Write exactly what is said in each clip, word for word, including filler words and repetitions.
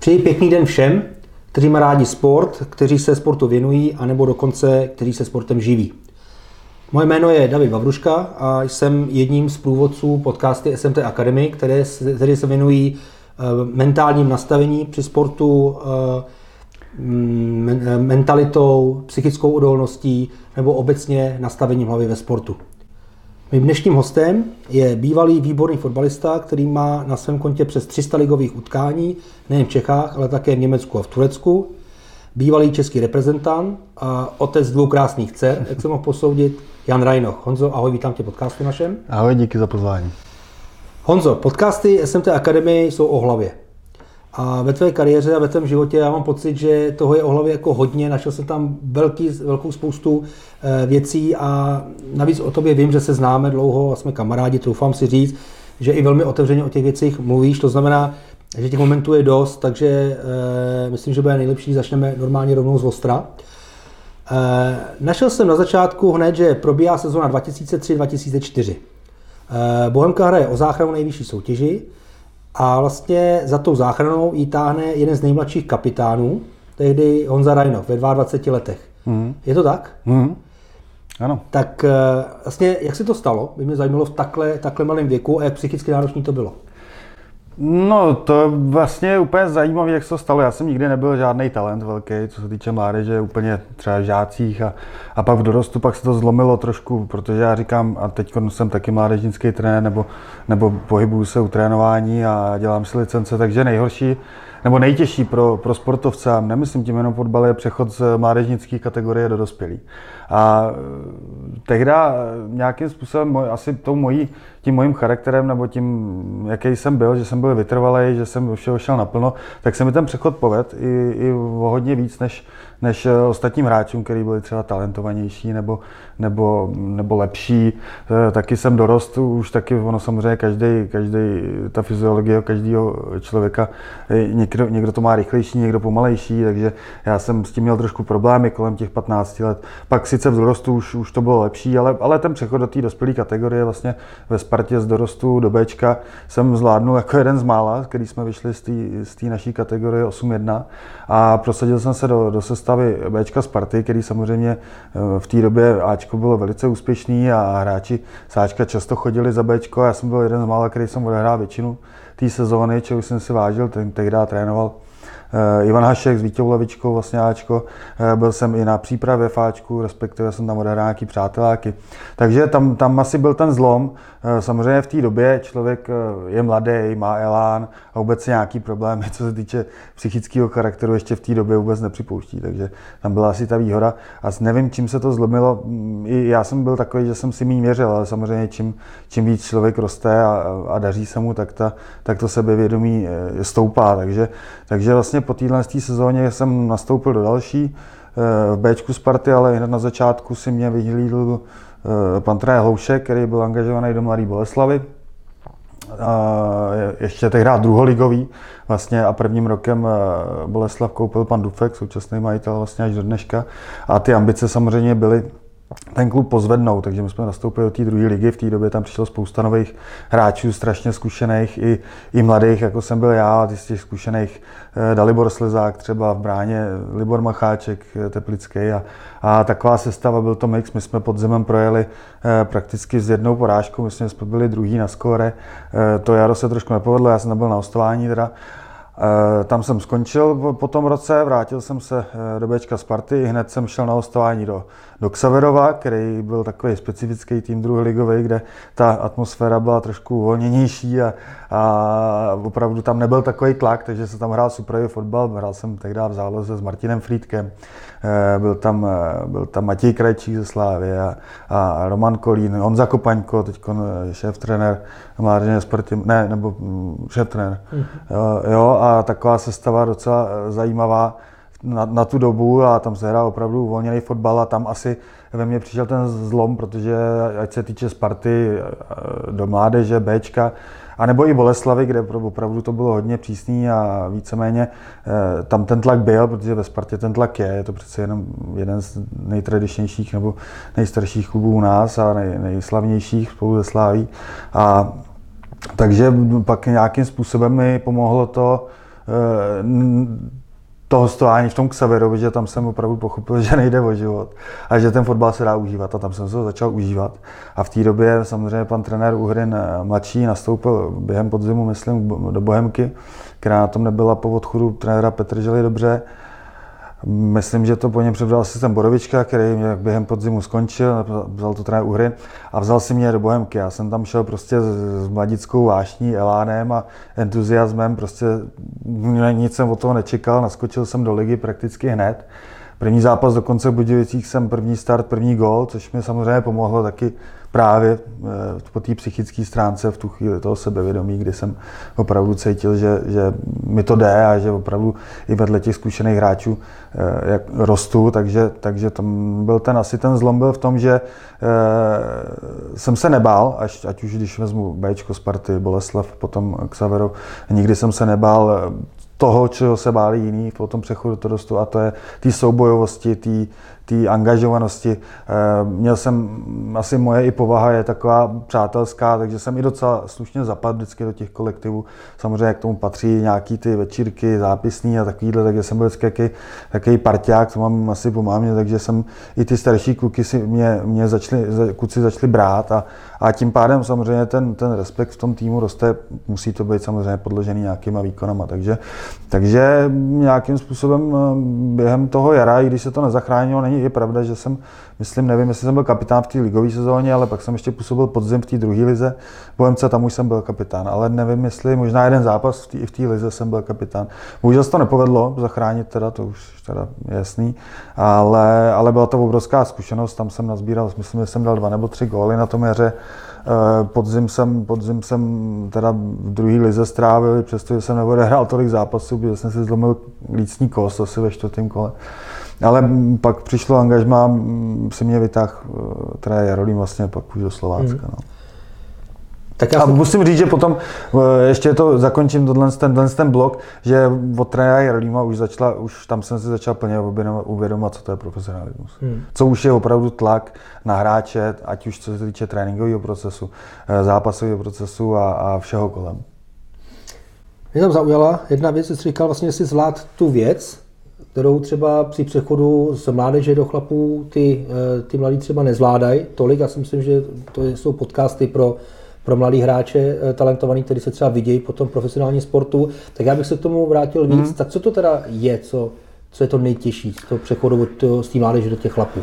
Přeji pěkný den všem, kteří mají rádi sport, kteří se sportu věnují, anebo dokonce, kteří se sportem živí. Moje jméno je David Vavruška a jsem jedním z průvodců podcasty S M T Academy, které, které se věnují mentálním nastavení při sportu, mentalitou, psychickou odolností nebo obecně nastavením hlavy ve sportu. Mým dnešním hostem je bývalý výborný fotbalista, který má na svém kontě přes tři sta ligových utkání, nejen v Čechách, ale také v Německu a v Turecku. Bývalý český reprezentant a otec dvou krásných dcer, jak se mohl posoudit, Jan Rajnoch. Honzo, ahoj, vítám tě v podcastu našem. Ahoj, díky za pozvání. Honzo, podcasty S M T Academy jsou o hlavě. A ve tvé kariéře a ve tvém životě já mám pocit, že toho je o hlavě jako hodně. Našel jsem tam velký, velkou spoustu věcí a navíc o tobě vím, že se známe dlouho a jsme kamarádi, troufám si říct, že i velmi otevřeně o těch věcích mluvíš. To znamená, že těch momentů je dost, takže e, myslím, že bude nejlepší, začneme normálně rovnou z ostra. E, našel jsem na začátku hned, že probíhá sezóna dva tisíce tři dva tisíce čtyři. E, Bohemka hraje o záchranu nejvyšší soutěži a vlastně za tou záchranou jí táhne jeden z nejmladších kapitánů, tehdy Honza Rajnoch ve dvaceti dvou letech. Mm. Je to tak? Mm. Ano. Tak e, vlastně, jak se to stalo? By mě zajímalo v takhle, takhle malém věku a jak psychicky náročné to bylo. No, to vlastně je úplně zajímavé, jak se to stalo. Já jsem nikdy nebyl žádný talent velký, co se týče mládeže, úplně třeba v žácích a, a pak v dorostu pak se to zlomilo trošku, protože já říkám, a teď jsem taky mládežnický trenér, nebo, nebo pohybuju se u trénování a dělám si licence, takže nejhorší, nebo nejtěžší pro, pro sportovce, a nemyslím tím jenom fotbal, je přechod z mládežnické kategorie do dospělý. A tehda nějakým způsobem, moj, asi tou mojí, tím mojím charakterem, nebo tím, jaký jsem byl, že jsem byl vytrvalý, že jsem všeho šel naplno, tak se mi ten přechod povedl i, i o hodně víc než, než ostatním hráčům, kteří byli třeba talentovanější nebo, nebo, nebo lepší. Taky jsem dorost, už taky ono samozřejmě každý, každý ta fyziologie každého člověka, někdo, někdo to má rychlejší, někdo pomalejší, takže já jsem s tím měl trošku problémy kolem těch patnácti let. Pak sice v dorostu už, už to bylo lepší, ale, ale ten přechod do té dospělé kategorie vlastně ve Spartě z dorostu do Bčka jsem zvládnul jako jeden z mála, který jsme vyšli z té naší kategorie osm jedna a prosadil jsem se do, do sestavy Bčka Sparty, který samozřejmě v té době Ačko bylo velice úspěšný a hráči z Ačka často chodili za Bčko a já jsem byl jeden z mála, který jsem odehrál většinu té sezóny, čeho jsem si vážil, ten tehdy trénoval Ivan Hašek s Vítěou Lavičkou, vlastně Ačko. Byl jsem i na přípravě v Ačku, respektive jsem tam odehrál nějaký přáteláky. Takže tam, tam asi byl ten zlom. Samozřejmě v té době člověk je mladý, má elán a vůbec nějaký problémy, co se týče psychického charakteru, ještě v té době vůbec nepřipouští. Takže tam byla asi ta výhoda. A nevím, čím se to zlomilo. I já jsem byl takový, že jsem si méně věřil, ale samozřejmě čím, čím víc člověk roste a, a daří se mu, tak, ta, tak to sebevědomí stoupá. Takže, takže vlastně po téhle sezóně jsem nastoupil do další v Bčku Sparty, ale hned na začátku si mě vyhlídl pan trenér Hloušek, který byl angažovaný do Mladé Boleslavi. Ještě tehdy druholigový vlastně a prvním rokem Boleslav koupil pan Dufek, současný majitel vlastně až do dneška. A ty ambice samozřejmě byly ten klub pozvednou, takže my jsme nastoupili do té druhé ligy, v té době tam přišlo spousta nových hráčů, strašně zkušených, i, i mladých, jako jsem byl já, z těch zkušených Dalibor Slezák třeba v bráně, Libor Macháček, Teplický a, a taková sestava, byl to mix, my jsme pod zemem projeli eh, prakticky s jednou porážkou, myslím, že jsme byli druhý na skóre, eh, to jaro se trošku nepovedlo, já jsem nebyl na hostování teda. Tam jsem skončil po tom roce, vrátil jsem se do Bčka Sparty, hned jsem šel na hostování do, do Xaverova, který byl takový specifický tým druholigový, kde ta atmosféra byla trošku uvolněnější a, a opravdu tam nebyl takový tlak, takže se tam hrál super fotbal, hrál jsem tehdy v záloze s Martinem Frýdkem, byl tam, byl tam Matěj Krajčík ze Slávy a, a Roman Kolín, Honza Kopaňko, teď šéf-trenér mládežné Sparty, ne, nebo šéf-trenér, mm-hmm. jo, jo, a taková sestava docela zajímavá na, na tu dobu a tam se hrál opravdu uvolněný fotbal a tam asi ve mně přišel ten zlom, protože ať se týče Sparty, do mládeže, Bčka, a nebo i Boleslavy, kde opravdu to bylo hodně přísný a víceméně tam ten tlak byl, protože ve Spartě ten tlak je, je to přece jenom jeden z nejtradičnějších nebo nejstarších klubů u nás a nej, nejslavnějších spolu se Slaví. A takže pak nějakým způsobem mi pomohlo to to hostování v tom Xaverovi, že tam jsem opravdu pochopil, že nejde o život a že ten fotbal se dá užívat a tam jsem se ho začal užívat. A v té době samozřejmě pan trenér Uhrin mladší nastoupil během podzimu, myslím, do Bohemky, která na tom nebyla po odchodu trenéra Petržely dobře. Myslím, že to po něm přebral asistent Borovička, který mě během podzimu skončil, vzal to trenér Uhrin a vzal si mě do Bohemky. Já jsem tam šel prostě s mladickou vášní, elánem a entuziasmem, prostě nic jsem od toho nečekal, naskočil jsem do ligy prakticky hned. První zápas dokonce v Budějovicích jsem první start, první gól, což mi samozřejmě pomohlo taky právě po té psychické stránce v tu chvíli toho sebevědomí, kdy jsem opravdu cítil, že, že mi to jde a že opravdu i vedle těch zkušených hráčů jak rostu, takže, takže tam byl ten, asi ten zlom byl v tom, že jsem se nebál, až, ať už když vezmu Béčko, Sparty, Boleslav, potom Xaverov, nikdy jsem se nebál toho, čeho se báli jiní po tom přechodu do rostu, a to je té soubojovosti, té angažovanosti. Měl jsem, asi moje i povaha je taková přátelská, takže jsem i docela slušně zapadl vždycky do těch kolektivů. Samozřejmě k tomu patří nějaký ty večírky, zápisní a takovýhle, takže jsem byl vždycky jaký, jaký parťák, to mám asi po mámě, takže jsem i ty starší kluky si mě, mě začali, kluci začali brát a, a tím pádem samozřejmě ten, ten respekt v tom týmu roste, musí to být samozřejmě podložený nějakýma výkonama, takže, takže nějakým způsobem během toho jara, i když se to nezachránilo, není je pravda, že jsem, myslím, nevím, jestli jsem byl kapitán v té ligové sezóně, ale pak jsem ještě působil podzim v té druhé lize. V Bohemce tam už jsem byl kapitán, ale nevím, jestli možná jeden zápas v té lize jsem byl kapitán. Bohužel se to nepovedlo zachránit, teda, to už teda je jasný, ale, ale byla to obrovská zkušenost, tam jsem nazbíral, myslím, že jsem dal dva nebo tři góly na tom jaře. Podzim jsem, podzim jsem teda v druhé lize strávil, přestože jsem neodehrál tolik zápasů, protože jsem si zlomil lícní kost asi ve čtvrtém kole. Ale pak přišlo angažmá, si mě vytáhl teda Jarolím vlastně pak už do Slovácka. Hmm. No. Tak já a jsem... musím říct, že potom ještě to zakončím tohle, ten, ten blok, že od trenéra Jarolíma už začala, už tam jsem si začal plně uvědomovat, co to je profesionalismus. Hmm. Co už je opravdu tlak na hráče, ať už co se týče tréninkového procesu, zápasového procesu a, a všeho kolem. Mě tam zaujala jedna věc, jsi říkal vlastně, že jsi zvlád tu věc, kterou třeba při přechodu z mládeže do chlapů ty, ty mladí třeba nezvládají tolik. Já si myslím, že to jsou podcasty pro, pro mladý hráče talentovaný, kteří se třeba vidějí po tom profesionálním sportu. Tak já bych se k tomu vrátil víc. Hmm. Tak co to teda je, co, co je to nejtěžší z toho přechodu z té mládeže do těch chlapů?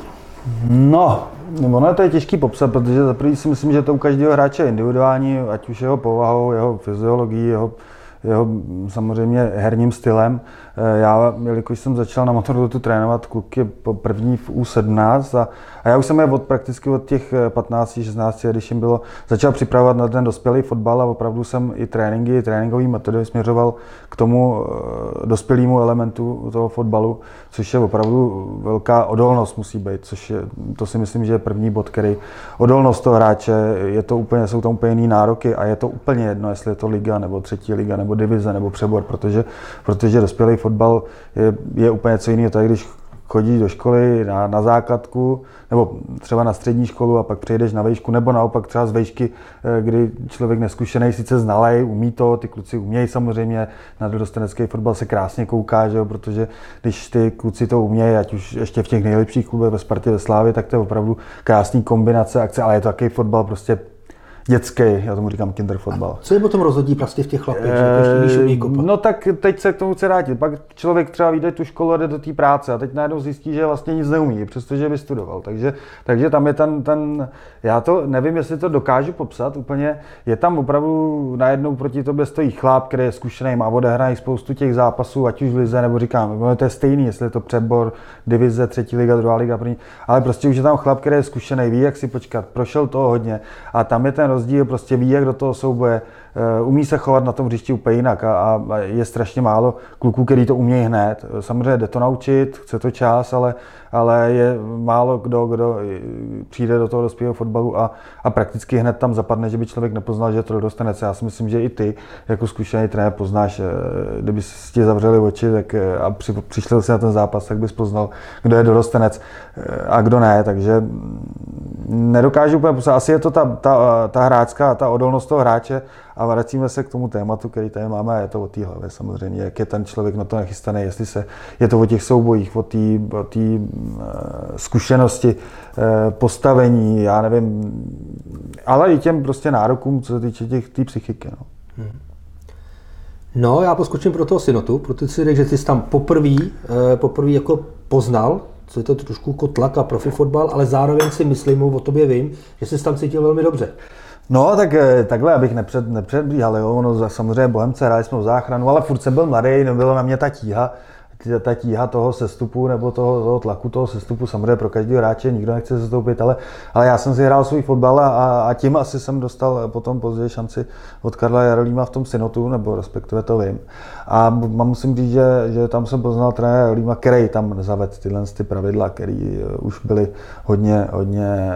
No, ono to je těžký popsat, protože za první si myslím, že to u každého hráče je individuální, ať už jeho povahou, jeho fyziologií, jeho jeho samozřejmě herním stylem. Já, jelikož jsem začal na Motorlotu trénovat kluky po první v U sedmnáct a, a já už jsem je od prakticky od těch patnácti šestnácti, když jim bylo, začal připravovat na ten dospělý fotbal a opravdu jsem i tréninky, tréninkové metody směřoval k tomu dospělému elementu toho fotbalu, což je opravdu velká odolnost musí být, což je, to si myslím, že je první bod, který odolnost toho hráče, je to úplně, jsou tam úplně jiný nároky a je to úplně jedno, jestli je to liga nebo třetí liga nebo divize nebo přebor, protože, protože dospělý fotbal je, je úplně co jiného. Tak když chodíš do školy na, na základku nebo třeba na střední školu a pak přejdeš na vejšku, nebo naopak třeba z vejšky, kdy člověk neskušený, sice znalej, umí to, ty kluci umějí samozřejmě, na dorostenecký fotbal se krásně kouká, že jo, protože když ty kluci to umějí, ať už ještě v těch nejlepších klubech ve Spartě, ve Slávě, tak to je opravdu krásný kombinace akce, ale je to takový fotbal prostě dětský, já tomu říkám kinderfotbal. Co je potom rozhodí prostě v těch chlapech, e, že když kopat? No tak teď se k tomu chce vrátit. Pak člověk třeba vyjde tu školu a jde do té práce a teď najednou zjistí, že vlastně nic neumí, přestože vystudoval. Takže, takže tam je ten, ten, já to nevím, jestli to dokážu popsat úplně, je tam opravdu najednou proti tobě stojí chlap, který je zkušený, má odehraný spoustu těch zápasů, ať už v lize, nebo říkám, to je stejný, jestli je to přebor, divize, třetí liga, druhá liga, první, ale prostě už je tam chlap, který je zkušený, ví, jak si počkat, prošel toho hodně a tam je ten rozdíl, prostě ví, jak do toho souboje, umí se chovat na tom hřišti úplně jinak a, a je strašně málo kluků, který to umějí hned. Samozřejmě jde to naučit, chce to čas, ale, ale je málo kdo, kdo přijde do toho dospělého fotbalu a, a prakticky hned tam zapadne, že by člověk nepoznal, že je to dorostenec. Já si myslím, že i ty jako zkušený trenér poznáš, kdyby si ti zavřeli oči tak, a při, přišel si na ten zápas, tak bys poznal, kdo je dorostenec a kdo ne, takže nedokážu úplně poslat. Asi je to ta, ta, ta ta hráčská, ta odolnost toho hráče a vracíme se k tomu tématu, který tady máme, a je to o té hlavě samozřejmě, jak je ten člověk na to nachystaný, jestli se, je to o těch soubojích, o té o té zkušenosti, postavení, já nevím, ale i těm prostě nárokům, co se týče těch té psychiky. No. Hmm. No, já poskočím pro toho Synotu, protože si řekl, že ty jsi tam poprvé poprvé jako poznal, co je to trošku jako tlak a profi fotbal, ale zároveň si myslím, o tobě vím, že jsi tam cítil velmi dobře. No, tak takhle, abych nepřed, nepředbíhal, jo, ono samozřejmě Bohemce, hráli jsme v záchranu, ale furt jsem byl mladý, nebyla na mě ta tíha, ta tíha toho sestupu nebo toho, toho tlaku toho sestupu, samozřejmě pro každého hráče, nikdo nechce sestoupit, ale, ale já jsem si hrál svůj fotbal a, a tím asi jsem dostal potom později šanci od Karla Jarolíma v tom Synotu, nebo respektive to vím. A musím říct, že, že tam jsem poznal trenéra Jarolíma, který tam zavedl tyhle ty pravidla, které už byly hodně, hodně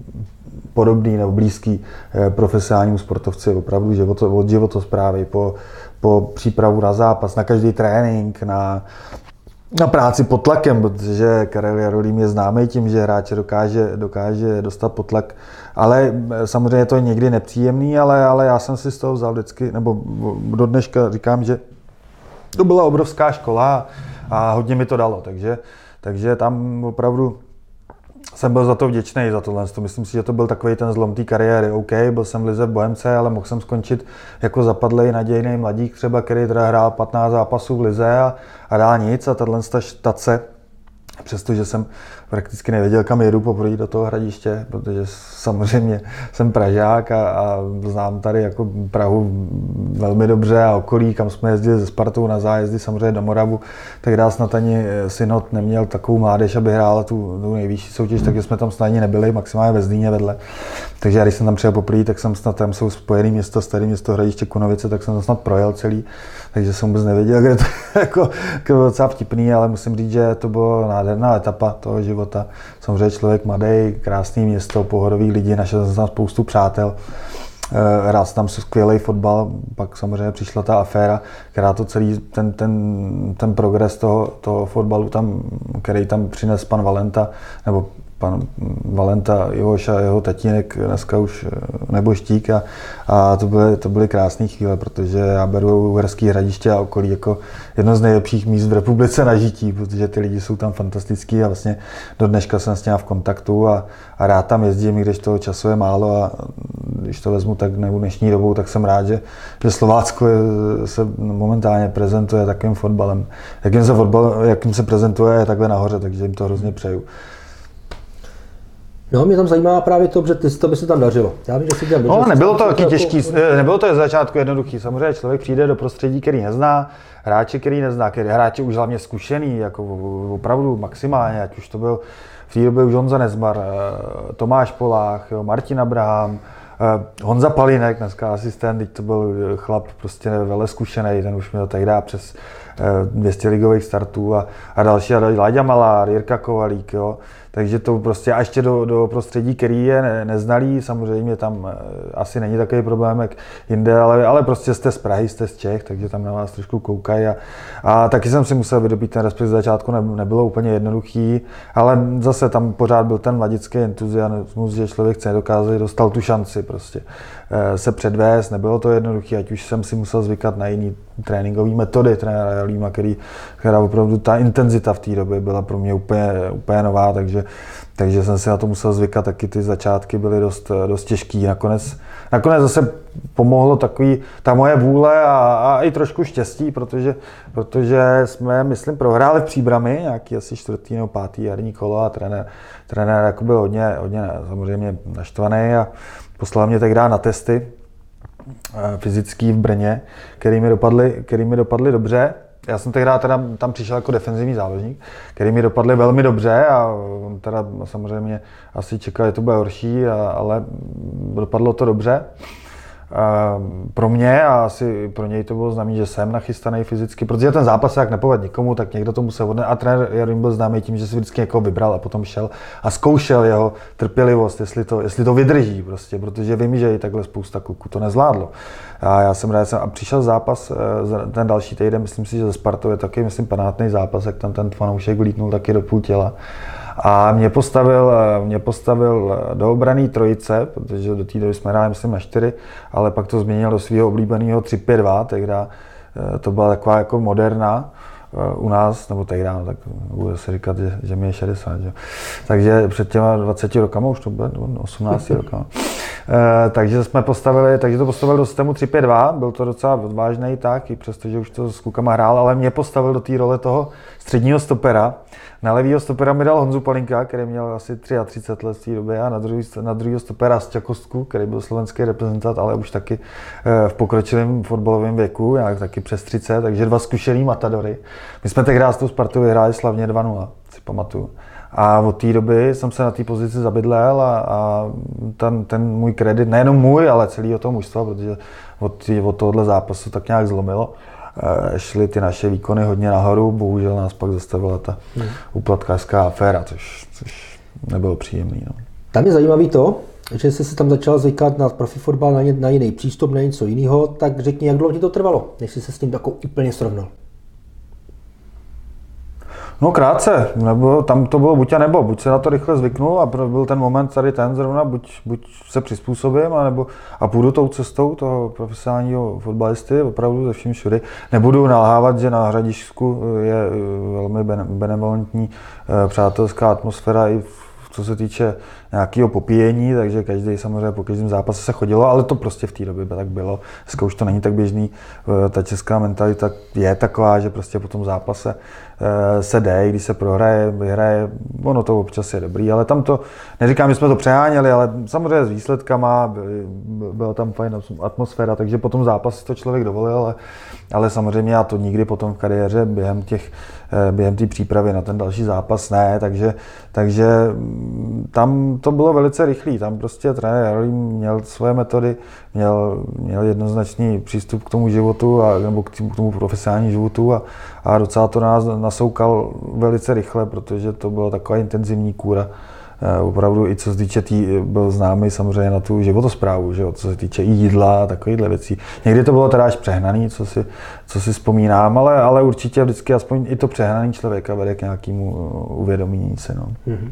podobný nebo blízký profesionálnímu sportovci, opravdu životo, od životosprávy po, po přípravu na zápas, na každý trénink, na, na práci pod tlakem, protože Karel Jarolím je známý tím, že hráče dokáže, dokáže dostat pod tlak, ale samozřejmě to je někdy nepříjemný, ale, ale já jsem si z toho vzal vždycky, nebo do dneška říkám, že to byla obrovská škola a hodně mi to dalo, takže, takže tam opravdu jsem byl za to vděčný, za tohle. Myslím si, že to byl takový ten zlom té kariéry. OK, byl jsem v lize v Bohemce, ale mohl jsem skončit jako zapadlej nadějný mladík třeba, který teda hrál patnáct zápasů v lize a, a dál nic. A tahle štace, přestože jsem prakticky nevěděl, kam jedu poprvé do toho Hradiště, protože samozřejmě jsem Pražák a, a znám tady jako Prahu velmi dobře a okolí, kam jsme jezdili ze Spartou na zájezdy, samozřejmě do Moravu, tak dál snad ani Synot neměl takovou mládež, aby hrála tu, tu nejvyšší soutěž, takže jsme tam snad ani nebyli, maximálně ve Zlíně vedle. Takže já, když jsem tam přijel poprvé, tak jsem snad, tam jsou spojený město, staré město Hradiště, Kunovice, tak jsem to snad projel celý, takže jsem vůbec nevěděl, kde to je jako, jako docela vtipný, ale musím říct, že to byla nádherná etapa toho života. Samozřejmě člověk mladý, krásné město, pohodový lidi, našel jsem tam spoustu přátel. Hrál jsem tam skvělý fotbal, pak samozřejmě přišla ta aféra, která to celý, ten, ten, ten progres toho, toho fotbalu, tam, který tam přines pan Valenta, nebo pan Valenta Ivoš a jeho tatínek, dneska už neboštík a, a to, byly, to byly krásné chvíle, protože já beru Uherské Hradiště a okolí jako jedno z nejlepších míst v republice na žití, protože ty lidi jsou tam fantastický a vlastně do dneška jsem s ním v kontaktu a, a rád tam jezdím, i když toho času je málo a když to vezmu tak nebo dnešní dobou, tak jsem rád, že, že Slovácko je, se momentálně prezentuje takovým fotbalem. Jakým se, fotbal, jakým se prezentuje je takhle nahoře, takže jim to hrozně přeju. No, mě tam zajímá právě to, že ty, to by se tam dařilo. Já vím, že si dělám, no, nebylo to taky těžký, nebylo to z začátku jednoduchý. Samozřejmě člověk přijde do prostředí, který nezná, hráče, který nezná, který hráče už hlavně zkušený, jako opravdu maximálně, ať už to byl v té době už Honza Nezmar, Tomáš Polách, jo, Martin Abraham, Honza Palinek, dneska asistent, teď to byl chlap prostě vele zkušený, ten už měl tehdy přes dvě stě ligových startů a, a další, a Láďa Malár, Jirka Kovalík, jo. Takže to prostě a ještě do, do prostředí, který je ne, neznalý, samozřejmě tam asi není takový problém jak jinde, ale, ale prostě jste z Prahy, jste z Čech, takže tam na vás trošku koukají a, a taky jsem si musel vydobít ten respekt z začátku, ne, nebylo úplně jednoduchý, ale zase tam pořád byl ten mladický entuziasmus, že člověk chce dokázat, dostal tu šanci prostě se předvést, nebylo to jednoduché, ať už jsem si musel zvykat na jiný tréninkové metody trenéra Jarolíma, který, která opravdu ta intenzita v té době byla pro mě úplně, úplně nová, takže, takže jsem si na to musel zvykat, taky ty začátky byly dost, dost těžký. Nakonec, nakonec zase pomohlo takový, ta moje vůle a, a i trošku štěstí, protože, protože jsme, myslím, prohráli v Příbrami, nějaký asi čtvrtý nebo pátý jarní kolo a trenér, trenér jako byl hodně, hodně samozřejmě naštvaný a poslal mě tehdy na testy fyzický v Brně, který mi dopadly, který mi dopadly dobře. Já jsem tehdy teda tam přišel jako defenzivní záložník, který mi dopadly velmi dobře a on teda samozřejmě asi čekal, že to bude horší, a, ale dopadlo to dobře. Pro mě a asi pro něj to bylo znamená, že jsem nachystaný fyzicky, protože ten zápas se jak nepovedl nikomu, tak někdo to musel odnést. A trenér Jarolím byl známý tím, že si vždycky někoho vybral a potom šel a zkoušel jeho trpělivost, jestli to, jestli to vydrží prostě, protože vím, že i takhle spousta kluků to nezvládlo. A já jsem rád, a přišel zápas, ten další týden, myslím si, že ze Spartou je taky, myslím, penátný zápas, jak tam ten fanoušek vlítnul taky do půl těla. A mě postavil, mě postavil do obraný trojice, protože do té doby jsme hráli, myslím, na čtyři, ale pak to změnil do svého oblíbeného tři pět dva, tehdy to byla taková jako moderná u nás, nebo tehdy, no, tak bude se říkat, že, že mi je šedesát, že? Takže před těma dvaceti rokama, už to bylo osmnácti rokama. E, takže jsme postavili, takže to postavil do systému tři pět dva, byl to docela odvážný tak, i přestože už to s klukama hrál, ale mě postavil do té role toho středního stopera. Na levýho stopera mi dal Honzu Palinka, který měl asi třicet tři let v té době, a na druhý, na druhýho stopera Sťa Kostku, který byl slovenský reprezentant, ale už taky v pokročilém fotbalovém věku, nějak taky přes třicet, takže dva zkušený matadory. My jsme tehdy s tou Spartou vyhráli slavně dva nula, si pamatuju. A od té doby jsem se na té pozici zabydlel a, a ten, ten můj kredit, nejenom můj, ale celého toho mužstva, protože od, od tohohle zápasu tak nějak zlomilo. Šly ty naše výkony hodně nahoru, bohužel nás pak zastavila ta hmm. úplatkářská aféra, což, což nebylo příjemný. No. Tam je zajímavý to, že jsi si tam začal zvykat na profi fotbal, na, na jiný přístup, na něco jiného, tak řekni, jak dlouho ti to trvalo, než jsi se s tím jako úplně srovnal? No krátce, nebo tam to bylo buď a nebo, buď se na to rychle zvyknu a byl ten moment tady ten zrovna, buď, buď se přizpůsobím a, nebo, a půjdu tou cestou toho profesionálního fotbalisty, opravdu ze vším všudy. Nebudu nalhávat, že na Hradišťsku je velmi benevolentní přátelská atmosféra i co se týče nějakého popíjení, takže každý samozřejmě po každém zápase se chodilo, ale to prostě v té době tak bylo. Dneska už to není tak běžný. Ta česká mentalita je taková, že prostě po tom zápase se jde, když se prohraje, vyhraje, ono to občas je dobrý, ale tam to, neříkám, že jsme to přeháněli, ale samozřejmě s výsledkama, byla tam fajn atmosféra, takže po tom zápase to člověk dovolil, ale, ale samozřejmě já to nikdy potom v kariéře během těch, během té přípravy na ten další zápas ne, takže, takže tam to bylo velice rychlý, tam prostě trenér Jarolím měl svoje metody, měl, měl jednoznačný přístup k tomu životu, a, nebo k tomu profesionálnímu životu a, a docela to nás nasoukal velice rychle, protože to byla taková intenzivní kůra. Opravdu i co se týče tý, byl známý samozřejmě na tu životosprávu, že jo? Co se týče i jídla a takovýchhle věcí. Někdy to bylo teda až přehnaný, co si, co si vzpomínám, ale, ale určitě vždycky aspoň i to přehnaný člověka vede k nějakému uvědomění se. No. Mm-hmm.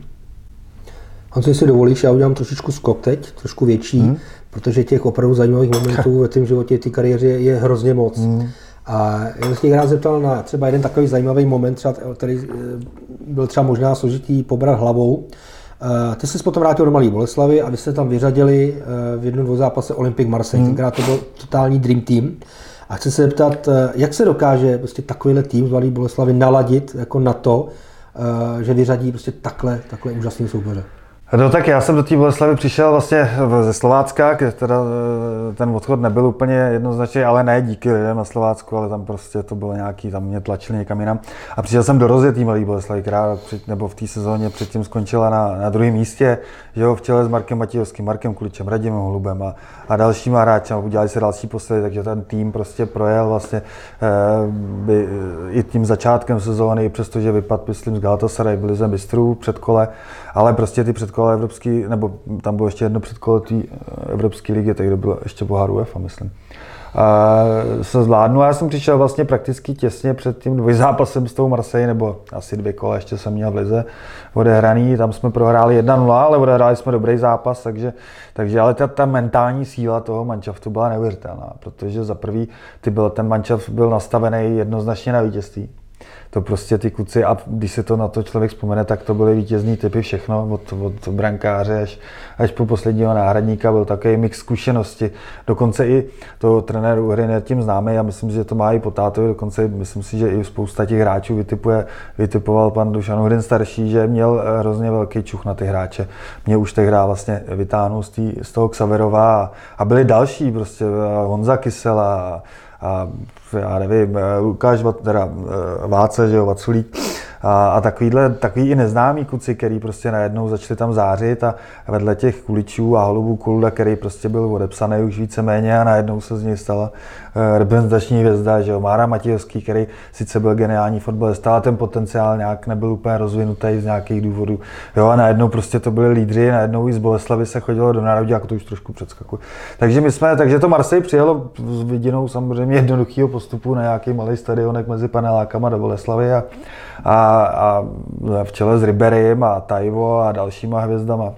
Honzo, jestli dovolíš, já udělám trošičku skok teď, trošku větší, mm. protože těch opravdu zajímavých momentů ve tvém životě, v té kariéře je hrozně moc. Mm. A já bych tě rád zeptal na třeba jeden takový zajímavý moment, třeba, který byl třeba možná složitý pobrat hlavou. Ty jsi potom vrátil do Malé Boleslavy a vy jste tam vyřadili v jednom dvou zápase Olympique Marseille, mm. tenkrát to byl totální dream team. A chci se zeptat, jak se dokáže prostě takovýhle tým z Malé Boleslavy naladit jako na to, že vyřadí prostě takhle, takhle úžasný soupeře? No tak já jsem do té Boleslavy přišel vlastně ze Slovácka, kde teda ten odchod nebyl úplně jednoznačný, ale ne díky lidem na Slovácku, ale tam prostě to bylo nějaký, tam mě tlačili někam jinam. A přišel jsem do rozjetý Malé Boleslavy, která před, nebo v té sezóně předtím skončila na, na druhém místě, že jo, v čele s Markem Matějovským, Markem Kuličem, Radimem Holubem a, a dalšíma hráči, udělali se další posily, takže ten tým prostě projel vlastně eh, by, i tím začátkem sezóny, přestože vypadl, myslím, z Galatasaray, byli ze mistrů předkole, ale prostě ty předkole evropský, nebo tam bylo ještě jedno předkole té Evropské ligy, takže bylo ještě pohár UEFA, myslím. A se zvládnu a já jsem přišel vlastně prakticky těsně před tím dvojzápasem s tou Marseille, nebo asi dvě kola ještě jsem měl v lize odehraný, tam jsme prohráli jedna nula, ale odehráli jsme dobrý zápas, takže, takže ale ta, ta mentální síla toho manšaftu byla neuvěřitelná, protože za prvý ty byl, ten manšaft byl nastavený jednoznačně na vítězství. To prostě ty kluci, a když se to na to člověk vzpomene, tak to byly vítězný typy všechno, od, od brankáře až, až po posledního náhradníka, byl takový mix zkušenosti. Dokonce i to trenér hry je tím známý a myslím si, že to má i po tátovi, dokonce myslím si, že i spousta těch hráčů vytipuje, vytipoval pan Dušan Uhrin starší, že měl hrozně velký čuch na ty hráče. Mě už tehdy vlastně vytáhnul z, tý, z toho Xaverova a, a byli další, prostě Honza Kysela a, a já nevím, Lukáš, teda Váce, že jo, Vaculík a, a takovýhle, takový i neznámí kluci, který prostě najednou začali tam zářit a vedle těch Kuličů a Holubů Kulda, který prostě byl odepsaný už víceméně a najednou se z něj stala reprezentační hvězda, že jo, Mára Matějovský, který sice byl geniální fotbalista, ale ten potenciál nějak nebyl úplně rozvinutý z nějakých důvodů, jo, a najednou prostě to byli lídři, najednou i z Boleslavy se chodilo do národňáku, to už trošku předskakuje. Takže my jsme, takže to Marseille přijelo s vidinou samozřejmě jednoduchého postupu na nějaký malý stadionek mezi panelákama do Boleslavy a, a a, a v čele s Riberym a Taiwo a dalšíma hvězdama.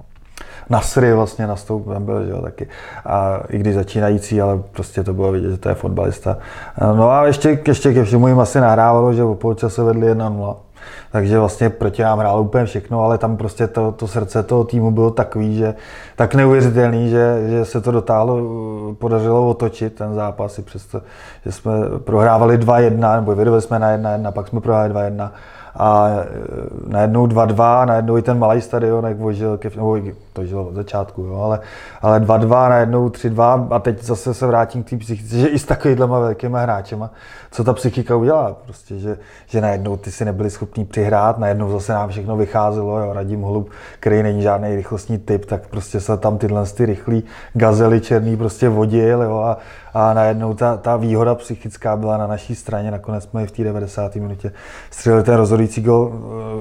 Nasry vlastně nastoupil, byl, že jo, taky. A i když začínající, ale prostě to bylo vidět, že to je fotbalista. No a ještě, ještě ke všemu jim asi nahrávalo, že o poločase vedli jedna nula. Takže vlastně proti nám hrálo úplně všechno, ale tam prostě to, to srdce toho týmu bylo takový, že tak neuvěřitelný, že, že se to dotáhlo, podařilo otočit ten zápas, i přesto, že jsme prohrávali dva jedna, nebo vydali jsme na jedna jedna, pak jsme prohráli dva jedna. A najednou dva dva, najednou i ten malý stadion, jak vožil, nebo to žilo od začátku, jo, ale, ale dva dva, najednou tři dva a teď zase se vrátím k té psychice, že i s takovýhlema velkýma hráčema, co ta psychika udělá, prostě, že, že najednou ty si nebyli schopní přihrát, najednou zase nám všechno vycházelo, jo, Radim Holub, který není žádný rychlostní typ, tak prostě se tam tyhle ty rychlý gazely černý prostě vodil, jo, a, a najednou ta, ta výhoda psychická byla na naší straně, nakonec jsme i v té devadesáté minutě střelili ten rozhodující gol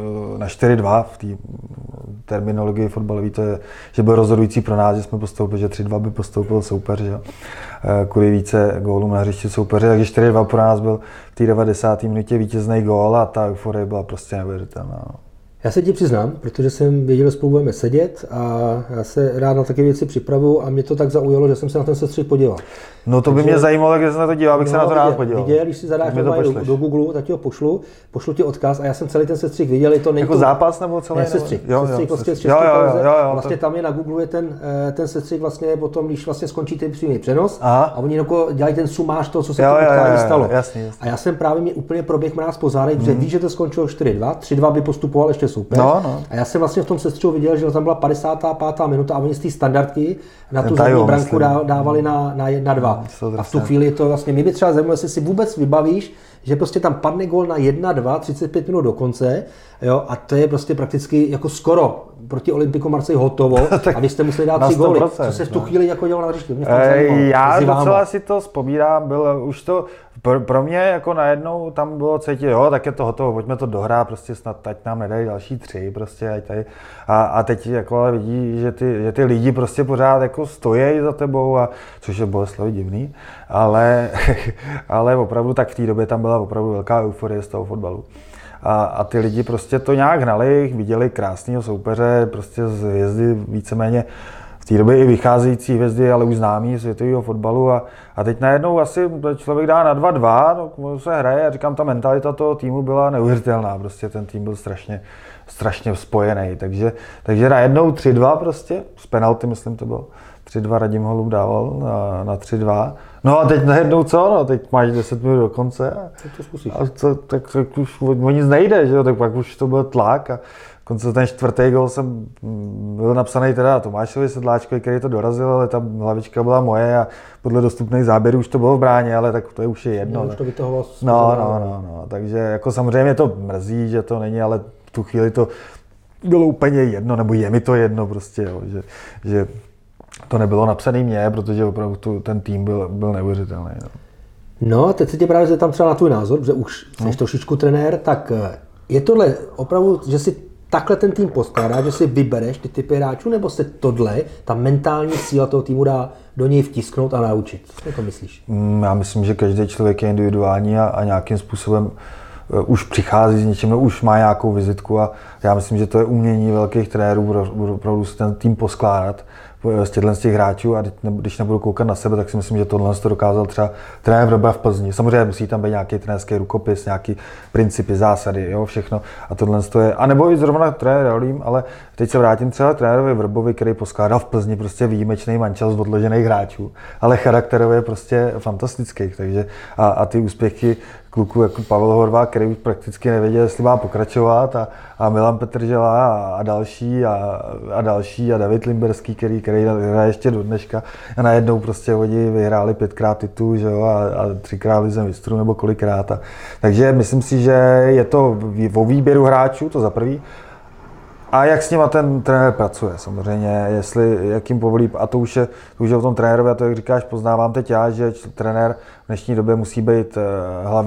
na čtyři dva, v té terminologii fotbalový to je, že byl rozhodující pro nás, že jsme postoupili, že tři dva by postoupil soupeř, že? Kvůli více gólům na hřišti soupeře, takže čtyři dva pro nás byl v té devadesáté minutě vítězný gól a ta euforie byla prostě neuvěřitelná. Já se ti přiznám, protože jsem věděl, že spolu budeme sedět a já se rád na takové věci připravuju a mě to tak zaujalo, že jsem se na ten sestřih podíval. No to by Takže, mě zajímalo, když se na to díval, abych no, se na to rád podíval. Viděl, když si zadáš do, do Google, tak ti ho pošlu, pošlu ti odkaz a já jsem celý ten sestřih viděl, je to není jako to, zápas nebo celý? Ne, sestřih, jo, sestřih jo, prostě z jo, jo, jo, jo, jo, vlastně to... tam je na Google je ten, ten sestřih vlastně potom, když vlastně skončí ten přímý přenos. Aha. A oni jako dělají ten sumář toho, co se jo, v tom utkání stalo. Jasný, jasný. A já jsem právě mě úplně proběh mráz po zádech, protože mm. víš, že to skončilo čtyři dva, tři dva by postupoval ještě super. No, no. A já jsem vlastně v tom sestřihu viděl, že tam byla padesátá pátá minuta a oni z té standardky na tu zadní branku dávali na, na jedna dva. A v tu chvíli to vlastně mě by třeba zajímalo, jestli si vůbec vybavíš, že prostě tam padne gól na jedna dva, třicet pět minut do konce, jo, a to je prostě prakticky jako skoro proti Olympiku Marseille hotovo a vy jste museli dát tři góly. Co se v tu chvíli jako dělalo na hřišti? Já docela si to vzpomínám, bylo už to, pro, pro mě jako najednou tam bylo cítit, jo, tak je to hotovo, pojďme to dohrát, prostě snad ať nám nedají další tři, prostě ať tady. A, a teď jako ale vidí, že ty, že ty lidi prostě pořád jako stojí za tebou, a, což je Boleslavi divný, ale, ale opravdu tak v té době tam byla opravdu velká euforie z toho fotbalu. A, a ty lidi prostě to nějak hnali, viděli krásného soupeře, prostě z hvězdy víceméně v té době i vycházející hvězdy, ale už známý světového fotbalu. A, a teď najednou asi člověk dá na dva dva, no, se hraje a říkám, ta mentalita toho týmu byla neuvěřitelná, prostě ten tým byl strašně, strašně spojený. Takže, takže najednou tři dva prostě, z penalty myslím to bylo, tři dva Radim Holub dával na, na tři dva. No a teď najednou co? No, teď máš deset minut do konce a, a co, tak, tak už o nic nejde, že jo? Tak pak už to byl tlak a konce ten čtvrtý gol jsem byl napsaný teda Tomášovi Sedláčkovi, který to dorazil, ale ta hlavička byla moje a podle dostupných záběrů už to bylo v bráně, ale tak to je už je jedno. No, už to vytahovalo. No, no, no, no, takže jako samozřejmě to mrzí, že to není, ale v tu chvíli to bylo úplně jedno, nebo je mi to jedno prostě, jo, že, že to nebylo napsané mně, protože opravdu tu, ten tým byl, byl neuvěřitelný. No. no, teď se tě právě zeptám třeba na tvůj názor, protože už jsi no. trošičku trenér, tak je tohle opravdu, že si takhle ten tým poskládá, že si vybereš ty typy hráčů, nebo se tohle, ta mentální síla toho týmu dá do něj vtisknout a naučit? Co to myslíš? Já myslím, že každý člověk je individuální a, a nějakým způsobem uh, už přichází s něčím, no, už má nějakou vizitku a já myslím, že to je umění velkých trenérů opravdu si ten tým poskládat z těchto z těch hráčů a když nebudu koukat na sebe, tak si myslím, že tohle to dokázal třeba trenér Vrba v Plzni. Samozřejmě musí tam být nějaký trenérský rukopis, nějaký principy, zásady, jo, všechno. A tohle to je, a nebo i zrovna trenér Rolím, ale teď se vrátím třeba trenérovi Vrbovi, který poskládal v Plzni prostě výjimečný mančel z odložených hráčů, ale charakterově prostě fantastický, takže a, a ty úspěchy kluků jako Pavel Horváth, který už prakticky nevěděl, jestli má pokračovat, a, a Milan Petržela a, a další a, a další a David Limberský, který, který hraje ještě do dneška a najednou prostě oni vyhráli pětkrát titul, že jo, a, a třikrát Lize mistrů nebo kolikrát. A, takže myslím si, že je to o výběru hráčů, to za prvý. A jak s nima ten trenér pracuje samozřejmě, jestli, jak jim povolí, a to už je, to už je o tom trenérovi, a to, jak říkáš, poznávám teď já, že trenér v dnešní době musí být hlavně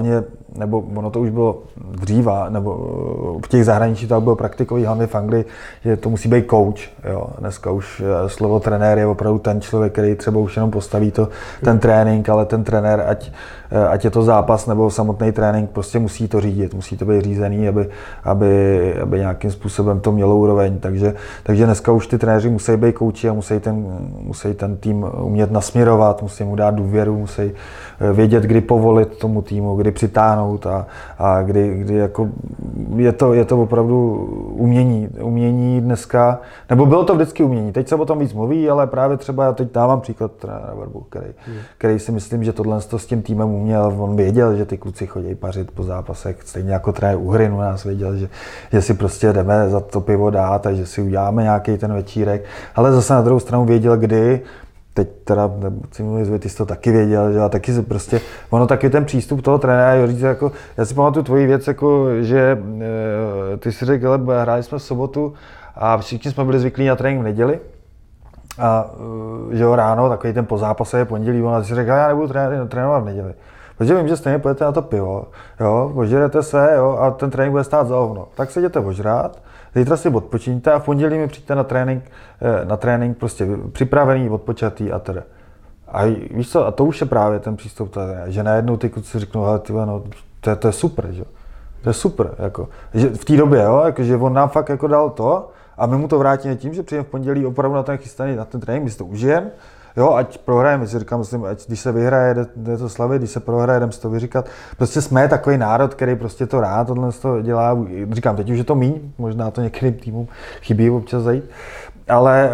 nebo ono to už bylo dříva, nebo v těch zahraničí to bylo praktikový, hlavně v Anglii, že to musí být coach. Jo. Dneska už slovo trenér je opravdu ten člověk, který třeba už jenom postaví to, ten trénink, ale ten trenér, ať, ať je to zápas nebo samotný trénink, prostě musí to řídit, musí to být řízený, aby, aby, aby nějakým způsobem to mělo úroveň. Takže, takže dneska už ty trenéři musí být kouči a musí ten, musí ten tým umět nasměrovat, musí mu dát důvěru, musí vědět, kdy povolit tomu týmu, kdy přitáhnout a, a kdy, kdy jako je to, je to opravdu umění, umění dneska, nebo bylo to vždycky umění, teď se o tom víc mluví, ale právě třeba já teď dávám příklad trenéra Vrbu, který, hmm. který si myslím, že tohle s tím týmem uměl, on věděl, že ty kluci chodí pařit po zápasech, stejně jako trenér Uhrin u nás věděl, že, že si prostě jdeme za to pivo dát a že si uděláme nějaký ten večírek, ale zase na druhou stranu věděl, kdy. Teď teda, si mluvím, ty jsi to taky věděl, že a taky se prostě, ono taky ten přístup toho trenéra, říct, jako, já si pamatuju tvoji věc, jako, že e, ty si řekl, ale hráli jsme v sobotu a všichni jsme byli zvyklí na trénink v neděli a e, že jo, ráno, takový ten po zápase je pondělí, a ty si řekl, já nebudu tré, trénovat v neděli. Protože vím, že stejně půjdete na to pivo, jo, ožerete se, jo, a ten trénink bude stát za hovno. Tak se jděte ožrát, zítra si odpočíňte a v pondělí mi přijďte na trénink, na trénink prostě připravený, odpočatý a teda. A víš co, a to už je právě ten přístup, že najednou ty kluci řeknou, hele tyhle, no, to, je, to je super, že? To je super, jako. Že v té době, jo, jako, že on nám fakt jako dal to a my mu to vrátíme tím, že přijdeme v pondělí opravdu na ten chystaný, na ten trénink, my si to užijeme. Jo, ať prohrajeme, si říkám, myslím, ať když se vyhraje, jde, jde to slavit, když se prohraje, jdeme si to vyříkat. Prostě jsme takový národ, který prostě to rád, tohle to dělá. Říkám, teď už je to míň, možná to některým týmům chybí občas zajít, ale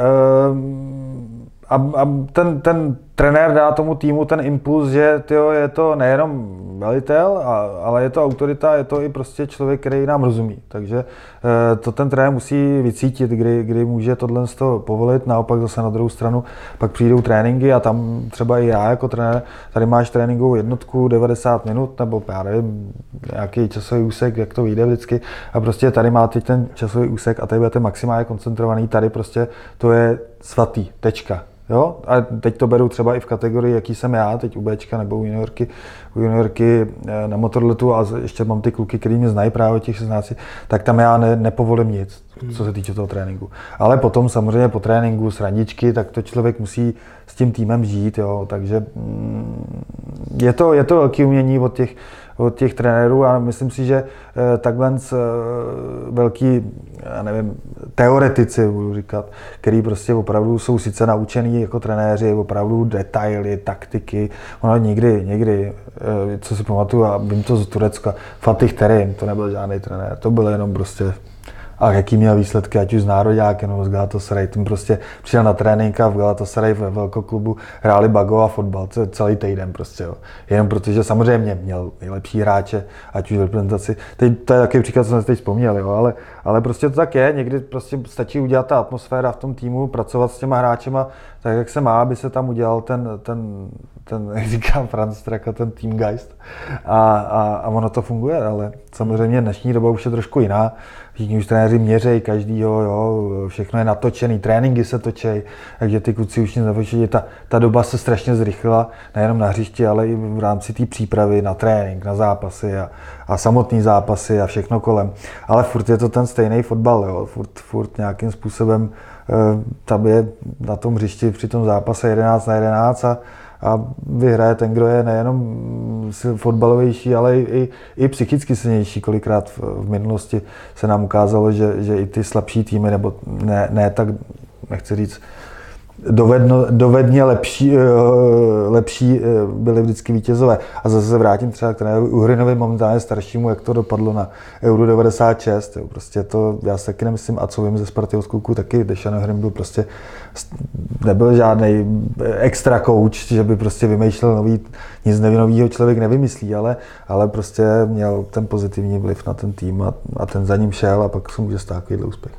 uh, a, a ten, ten trenér dá tomu týmu ten impuls, že tyjo, je to nejenom velitel, a, ale je to autorita, je to i prostě člověk, který nám rozumí. Takže e, to ten trenér musí vycítit, kdy, kdy může tohle z toho povolit. Naopak zase na druhou stranu pak přijdou tréninky a tam třeba i já jako trenér, tady máš tréninkovou jednotku devadesát minut nebo já nevím, nějaký časový úsek, jak to vyjde vždycky. A prostě tady máte ten časový úsek a tady budete maximálně koncentrovaný. Tady prostě to je svatý, tečka. Jo? A teď to beru třeba i v kategorii, jaký jsem já, teď u Bčka nebo u juniorky, u juniorky na motorletu a ještě mám ty kluky, který mě znají právě těch šestnácti, tak tam já ne, nepovolím nic, co se týče toho tréninku. Ale potom samozřejmě po tréninku s randičky, tak to člověk musí s tím týmem žít, jo? Takže mm, je to, je to velké umění od těch, od těch trenérů a myslím si, že takhle velký, já nevím, teoretici, budu říkat, který prostě opravdu jsou sice naučený jako trenéři, opravdu detaily, taktiky, ono někdy, někdy, co si pamatuju, a vím to z Turecka, Fatih Terim, to nebyl žádný trenér, to byl jenom prostě, a jaký měl výsledky, ať už z nároďákem nebo z Galatasaray, tím prostě přijel na trénink a v Galatasaray ve velkoklubu hráli bago a fotbal celý týden prostě, jo. Jenom protože samozřejmě měl nejlepší hráče, ať už v reprezentaci, teď to je takový příklad, co jsem si teď vzpomněl, jo, ale, ale prostě to tak je, někdy prostě stačí udělat ta atmosféra v tom týmu, pracovat s těma hráčema tak, jak se má, aby se tam udělal ten, ten, ten jak říká Franz Straka, ten Teamgeist a, a, a ono to funguje, ale samozřejmě dnešní doba už je trošku jiná. Všichni už trenéři měřejí každýho, jo, všechno je natočený, tréninky se točí, takže ty kluci už nic natočí. Ta, ta doba se strašně zrychlila, nejenom na hřišti, ale i v rámci té přípravy na trénink, na zápasy a, a samotný zápasy a všechno kolem. Ale furt je to ten stejný fotbal, jo, furt, furt nějakým způsobem tam je na tom hřišti při tom zápase jedenáct na jedenáct a, a vyhraje ten, kdo je nejenom fotbalovější, ale i, i, i psychicky silnější. Kolikrát v, v minulosti se nám ukázalo, že, že i ty slabší týmy, nebo ne, ne tak, nechci říct, dovedno, dovedně lepší, lepší byly vždycky vítězové. A zase se vrátím třeba k trenéru Uhrinovi, momentálně staršímu, jak to dopadlo na Euro devadesát šest. Jo. Prostě to, já se taky nemyslím, a co vím ze Sparty od kluků, taky Dejan Uhrin byl prostě, nebyl žádný extra coach, že by prostě vymýšlel nový, nic nevinovýho člověk nevymyslí, ale, ale prostě měl ten pozitivní vliv na ten tým a, a ten za ním šel a pak se může stát takovýhle úspěch.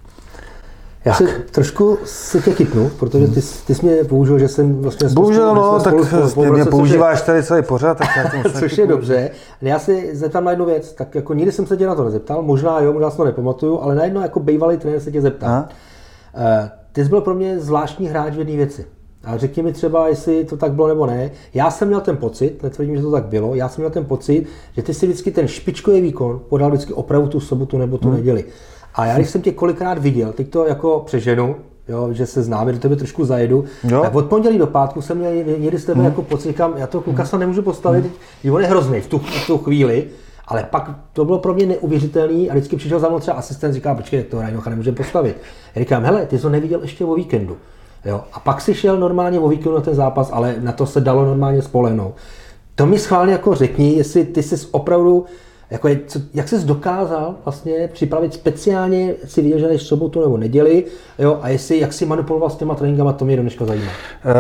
Já si trošku si tě chytnu, protože ty, ty jsi mě použil, že jsem vlastně... Bohužel, no, tak ty mě používáš tady celý pořád, tak já tomu což je dobře. Já si zeptám na jednu věc, tak jako nikdy jsem se tě na to nezeptal, možná jo, možná si to nepamatuju, ale najednou jako bývalý trenér se tě zeptal. Ty jsi byl pro mě zvláštní hráč v jedné věci. A řekni mi třeba, jestli to tak bylo nebo ne. Já jsem měl ten pocit, netvrdím, že to tak bylo, já jsem měl ten pocit, že ty si vždycky ten špičkový výkon podal vždycky opravdu tu sobotu nebo tu hmm. neděli. A já když jsem tě kolikrát viděl, teď to jako přeženu, jo, že se známe, do tebe trošku zajedu, jo. Tak od pondělí do pátku jsem měl někdy z tebe hmm. jako pocit, říkám, já toho kluka snad nemůžu postavit, hmm. že on je hrozný v tu, v tu chvíli, ale pak to bylo pro mě neuvěřitelný a vždycky přišel za mnou třeba asistent, říká, počkej, to Rajnocha nemůžeme postavit. Já říkám, hele, ty jsi to neviděl ještě o víkendu. Jo, a pak si šel normálně o víkendu na ten zápas, ale na to se dalo normálně spolehnout. To mi schválně jako řekni, jestli ty jsi opravdu, jako je, co, jak jsi dokázal vlastně připravit speciálně, si viděl, že jdeš sobotu nebo neděli, jo, a jestli, jak jsi manipuloval s těma tréninkama, to mě do dneška zajímá.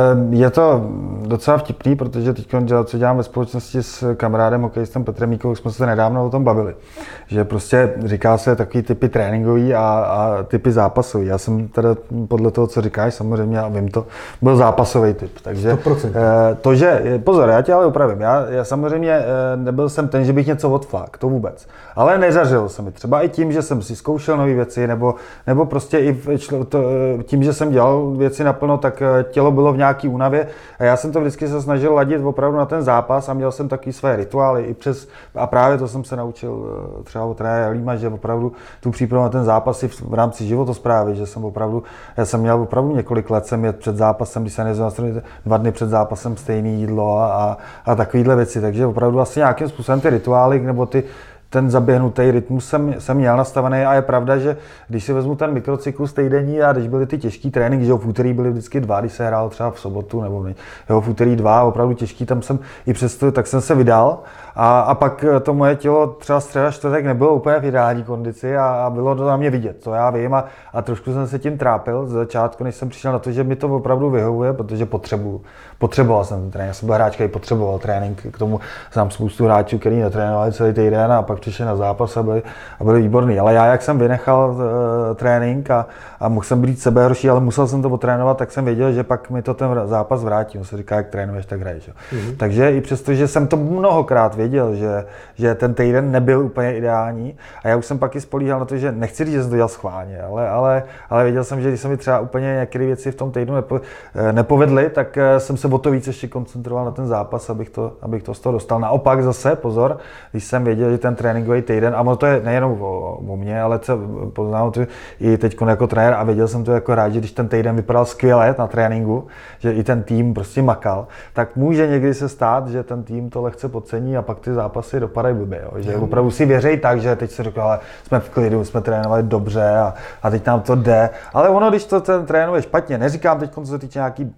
Je to docela vtipný, protože teď, co dělám ve společnosti s kamarádem hokejistem Petrem Míkou, jsme se nedávno o tom bavili. Že prostě říká se takový typy tréninkový a, a typy zápasový. Já jsem teda podle toho, co říkáš, samozřejmě, a vím to, byl zápasový typ. Takže sto procent. To, že, pozor, já tě ale opravím, já, já samozřejmě nebyl jsem ten, že bych něco odflák, to vůbec. Ale nezařilo se mi. Třeba i tím, že jsem si zkoušel nové věci, nebo, nebo prostě i v, to, tím, že jsem dělal věci naplno, tak tělo bylo v nějaký únavě. A já jsem to vždycky se snažil ladit opravdu na ten zápas a měl jsem taky své rituály i přes, a právě to jsem se naučil třeba od trenéra Jelíma, že opravdu tu přípravu na ten zápas i v, v rámci životosprávy, že jsem opravdu, já jsem měl opravdu několik let, jsem jet před zápasem, když se nejezdil dva dny před zápasem stejné jídlo a, a, a takovéhle věci. Takže opravdu asi nějakým způsobem ty rituály nebo ty ten zaběhnutý rytmus jsem, jsem měl nastavený a je pravda, že když si vezmu ten mikrocyklus týdenní a když byly ty těžký tréninky, že v úterý byly vždycky dva, když se hrál třeba v sobotu nebo jo, v úterý dva, opravdu těžký, tam jsem i přesto, tak jsem se vydal a, a pak to moje tělo třeba středa čtvrtek nebylo úplně v ideální kondici a, a bylo to na mě vidět, to já vím a, a trošku jsem se tím trápil z začátku, než jsem přišel na to, že mi to opravdu vyhovuje, protože potřebuju. Potřeboval jsem ten trénink, já jsem byl hráč, který potřeboval trénink, k tomu znám spoustu hráčů, kteří netrénovali celý týden a pak přišli na zápas a byli, a byli výborný. Ale já, jak jsem vynechal uh, trénink a, a mohl jsem být sebehorší, ale musel jsem to otrénovat, tak jsem věděl, že pak mi to ten zápas vrátí. On se říká, jak trénuješ, tak hraješ. Mm-hmm. Takže i přesto, že jsem to mnohokrát věděl, že, že ten týden nebyl úplně ideální a já už jsem pak i spolíhal na to, že nechci říct, že jsem to dělal schválně, ale, ale, ale věděl jsem, že když se mi třeba úplně některé věci v tom týdnu nepo, nepovedly, tak jsem se o to víc ještě koncentroval na ten zápas, abych to, abych to z toho dostal. Naopak zase, pozor, když jsem věděl, že ten tréninkový týden, a ono to je nejenom o, o mě, ale co poznám to i teď jako trenér a věděl jsem to jako rád, že když ten týden vypadal skvěle na tréninku, že i ten tým prostě makal, tak může někdy se stát, že ten tým to lehce podcení a pak ty zápasy dopadají blbě, jo? Že opravdu si věří tak, že teď si řekl, ale jsme v klidu, jsme trénovali dobře a, a teď nám to jde, ale ono, když to ten trénuje špatně, neříkám teď, co se týče nějaký,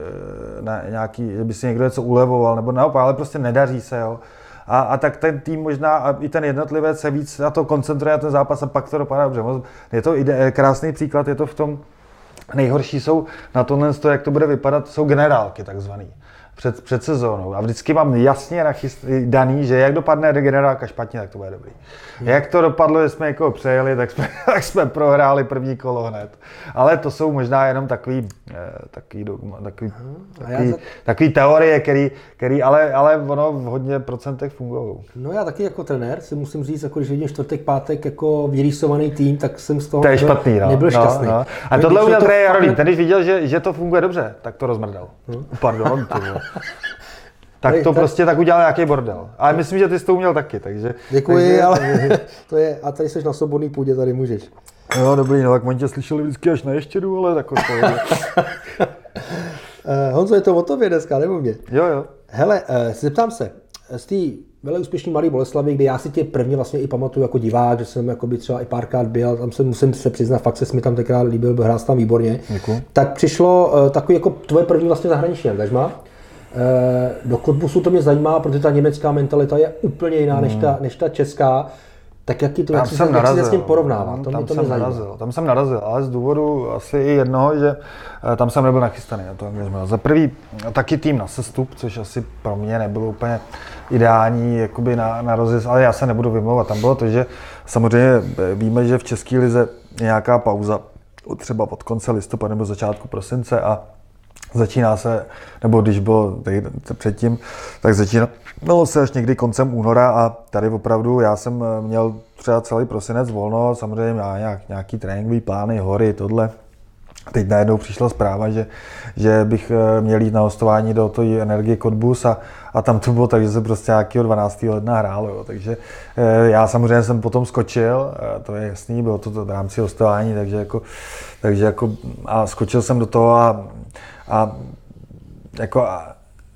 ne, nějaký, že by si někdo něco ulevoval, nebo naopak, ale prostě nedaří se, jo. A, a tak ten tým možná a i ten jednotlivec se víc na to koncentruje na ten zápas a pak to dopadá dobře. Je to ide, krásný příklad, je to v tom, nejhorší jsou na tohle, jak to bude vypadat, jsou generálky takzvaný. Před, před sezónou. A vždycky mám jasně daný, že jak dopadne generálka špatně, tak to bude dobrý. Hmm. Jak to dopadlo, že jsme někoho přejeli, tak jsme, tak jsme prohráli první kolo hned. Ale to jsou možná jenom takový, takový, takový, takový, takový teorie, který, který ale, ale ono v hodně procentech fungují. No já taky jako trenér si musím říct, jako když vidím čtvrtek, pátek jako vyrýsovaný tým, tak jsem z toho to je špatný, no. nebyl šťastný. No, no. A no, tohle uměl trenér Jarolím. Ten když viděl, že, že to funguje dobře, tak to rozmrdal. Hmm. Pardon, tak to prostě tak udělal nějaký bordel. Ale myslím, že ty jsi to uměl taky, takže... Děkuji, takže, ale to je, a tady jsi na svobodný půdě, tady můžeš. Jo, dobrý, no tak oni tě slyšeli vždycky až na ještědu, ale tak to je. Honzo, je to o tobě dneska, nebo mě? Jo, jo. Hele, zeptám se, z té velmi úspěšný Mladé Boleslavi, kde já si tě prvně vlastně i pamatuju jako divák, že jsem jakoby třeba i párkrát byl, tam se musím se přiznat, fakt se mi tam tenkrát líbil, hrál tam výborně. Děkuji. Tak přišlo uh, takový jako tvoje první vlastně zahraniční angažmá. Uh, do Cottbusu to mě zajímá, protože ta německá mentalita je úplně jiná hmm. než, ta, než ta česká. Tak jaký to, jak si se s tím porovnává? To tam mě to jsem narazil, tam jsem narazil, ale z důvodu asi i jednoho, že tam jsem nebyl nachystaný na to angažmá. Za prvý taky tým na sestup, což asi pro mě nebylo úplně ideální jakoby na, na rozjezd, ale já se nebudu vymlouvat. Tam bylo to, že samozřejmě víme, že v české lize je nějaká pauza, třeba od konce listopadu nebo začátku prosince a začíná se, nebo když bylo předtím, tak začínalo se až někdy koncem února a tady opravdu já jsem měl třeba celý prosinec volno, samozřejmě má nějak, nějaký tréninkový plány, hory, tohle. Teď najednou přišla zpráva, že, že bych měl jít na hostování do toho Energie Cottbus a, a tam to bylo tak, že se prostě nějakého dvanáctého ledna hrálo. Jo. Takže já samozřejmě jsem potom skočil, to je jasný, bylo to v rámci hostování, takže jako, takže jako a skočil jsem do toho a, a jako a,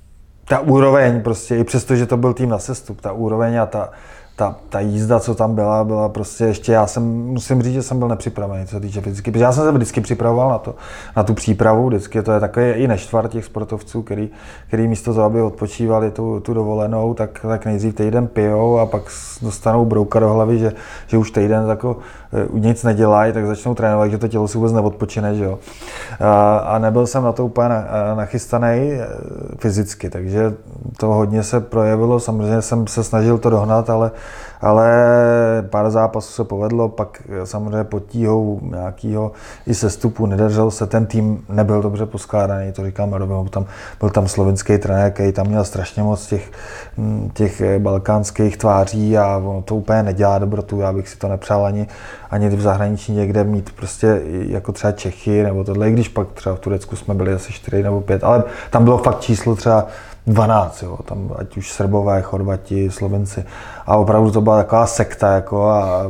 ta úroveň prostě, i přesto, že to byl tým na sestup, ta úroveň a ta, ta, ta jízda, co tam byla, byla prostě ještě, já jsem, musím říct, že jsem byl nepřipravený, co se týče fyzicky, protože já jsem se vždycky připravoval na to, na tu přípravu, vždycky to je takové i nešvar těch sportovců, který, který místo toho, aby odpočívali tu, tu dovolenou, tak, tak nejdřív týden pijou a pak dostanou brouka do hlavy, že, že už týden jako nic nedělají, tak začnou trénovat, že to tělo si vůbec neodpočine, že jo. A, a nebyl jsem na to úplně nachystaný fyzicky, takže to hodně se projevilo, samozřejmě jsem se snažil to dohnat, ale, ale pár zápasů se povedlo, pak samozřejmě pod tíhou nějakého i sestupu nedařil se, ten tým nebyl dobře poskládaný, to říkám Marovi, tam byl tam slovenský trenér, který tam měl strašně moc těch, těch balkánských tváří a ono to úplně nedělá dobrotu, já bych si to nepřál ani, ani v zahraničí někde mít prostě jako třeba Čechy nebo tohle, i když pak třeba v Turecku jsme byli asi čtyři nebo pět, ale tam bylo fakt číslo třeba dvanáct, jo, tam ať už Srbové, Chorvati, Slovenci a opravdu to byla taková sekta jako a,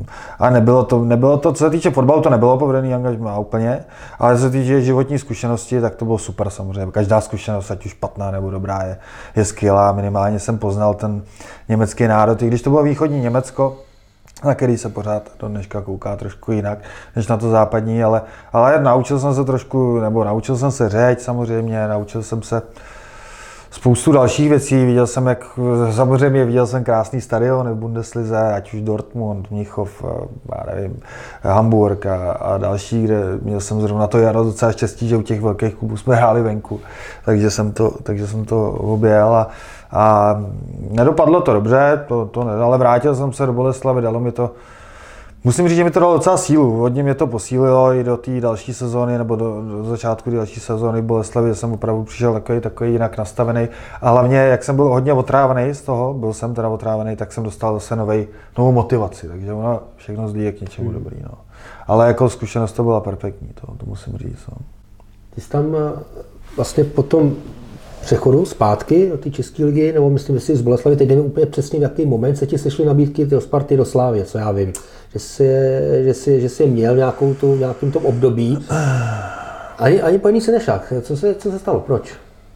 a nebylo to, nebylo to, co se týče fotbalu, to nebylo povedený angažmá úplně, ale co se týče životní zkušenosti, tak to bylo super samozřejmě, každá zkušenost, ať už špatná nebo dobrá, je, je skvělá, minimálně jsem poznal ten německý národ, i když to bylo východní Německo, na který se pořád do dneška kouká trošku jinak, než na to západní, ale, ale naučil jsem se trošku, nebo naučil jsem se řeč samozřejmě, naučil jsem se spoustu dalších věcí, viděl jsem, jak samozřejmě viděl jsem krásný stadiony v Bundeslize, ať už Dortmund, Mnichov, já nevím, Hamburg a, a další, kde měl jsem zrovna to jaro docela štěstí, že u těch velkých klubů jsme hráli venku, takže jsem to, takže jsem to objel a, a nedopadlo to dobře, to, to ne, ale vrátil jsem se do Boleslavy, dalo mi to. Musím říct, že mi to dalo docela sílu, hodně mě to posílilo i do té další sezóny, nebo do, do začátku další sezóny v Boleslavě, jsem opravdu přišel takový, takový jinak nastavený. A hlavně, jak jsem byl hodně otrávený z toho, byl jsem teda otrávený, tak jsem dostal zase novej, novou motivaci, takže ono všechno zlí je k něčemu hmm. dobrý. No. Ale jako zkušenost to byla perfektní, to, to musím říct. No. Ty jsi tam vlastně potom přechodu zpátky do té české ligy, nebo myslím, že jsi z Boleslavy, teď nevím úplně přesně, v jaký moment se ti sešly nabídky do Sparty, do Slávie, co já vím. Že jsi, že jsi, že jsi měl nějakou tu, nějakým tom období. Ani, ani po ní se nešak. Co se, co se stalo? Proč?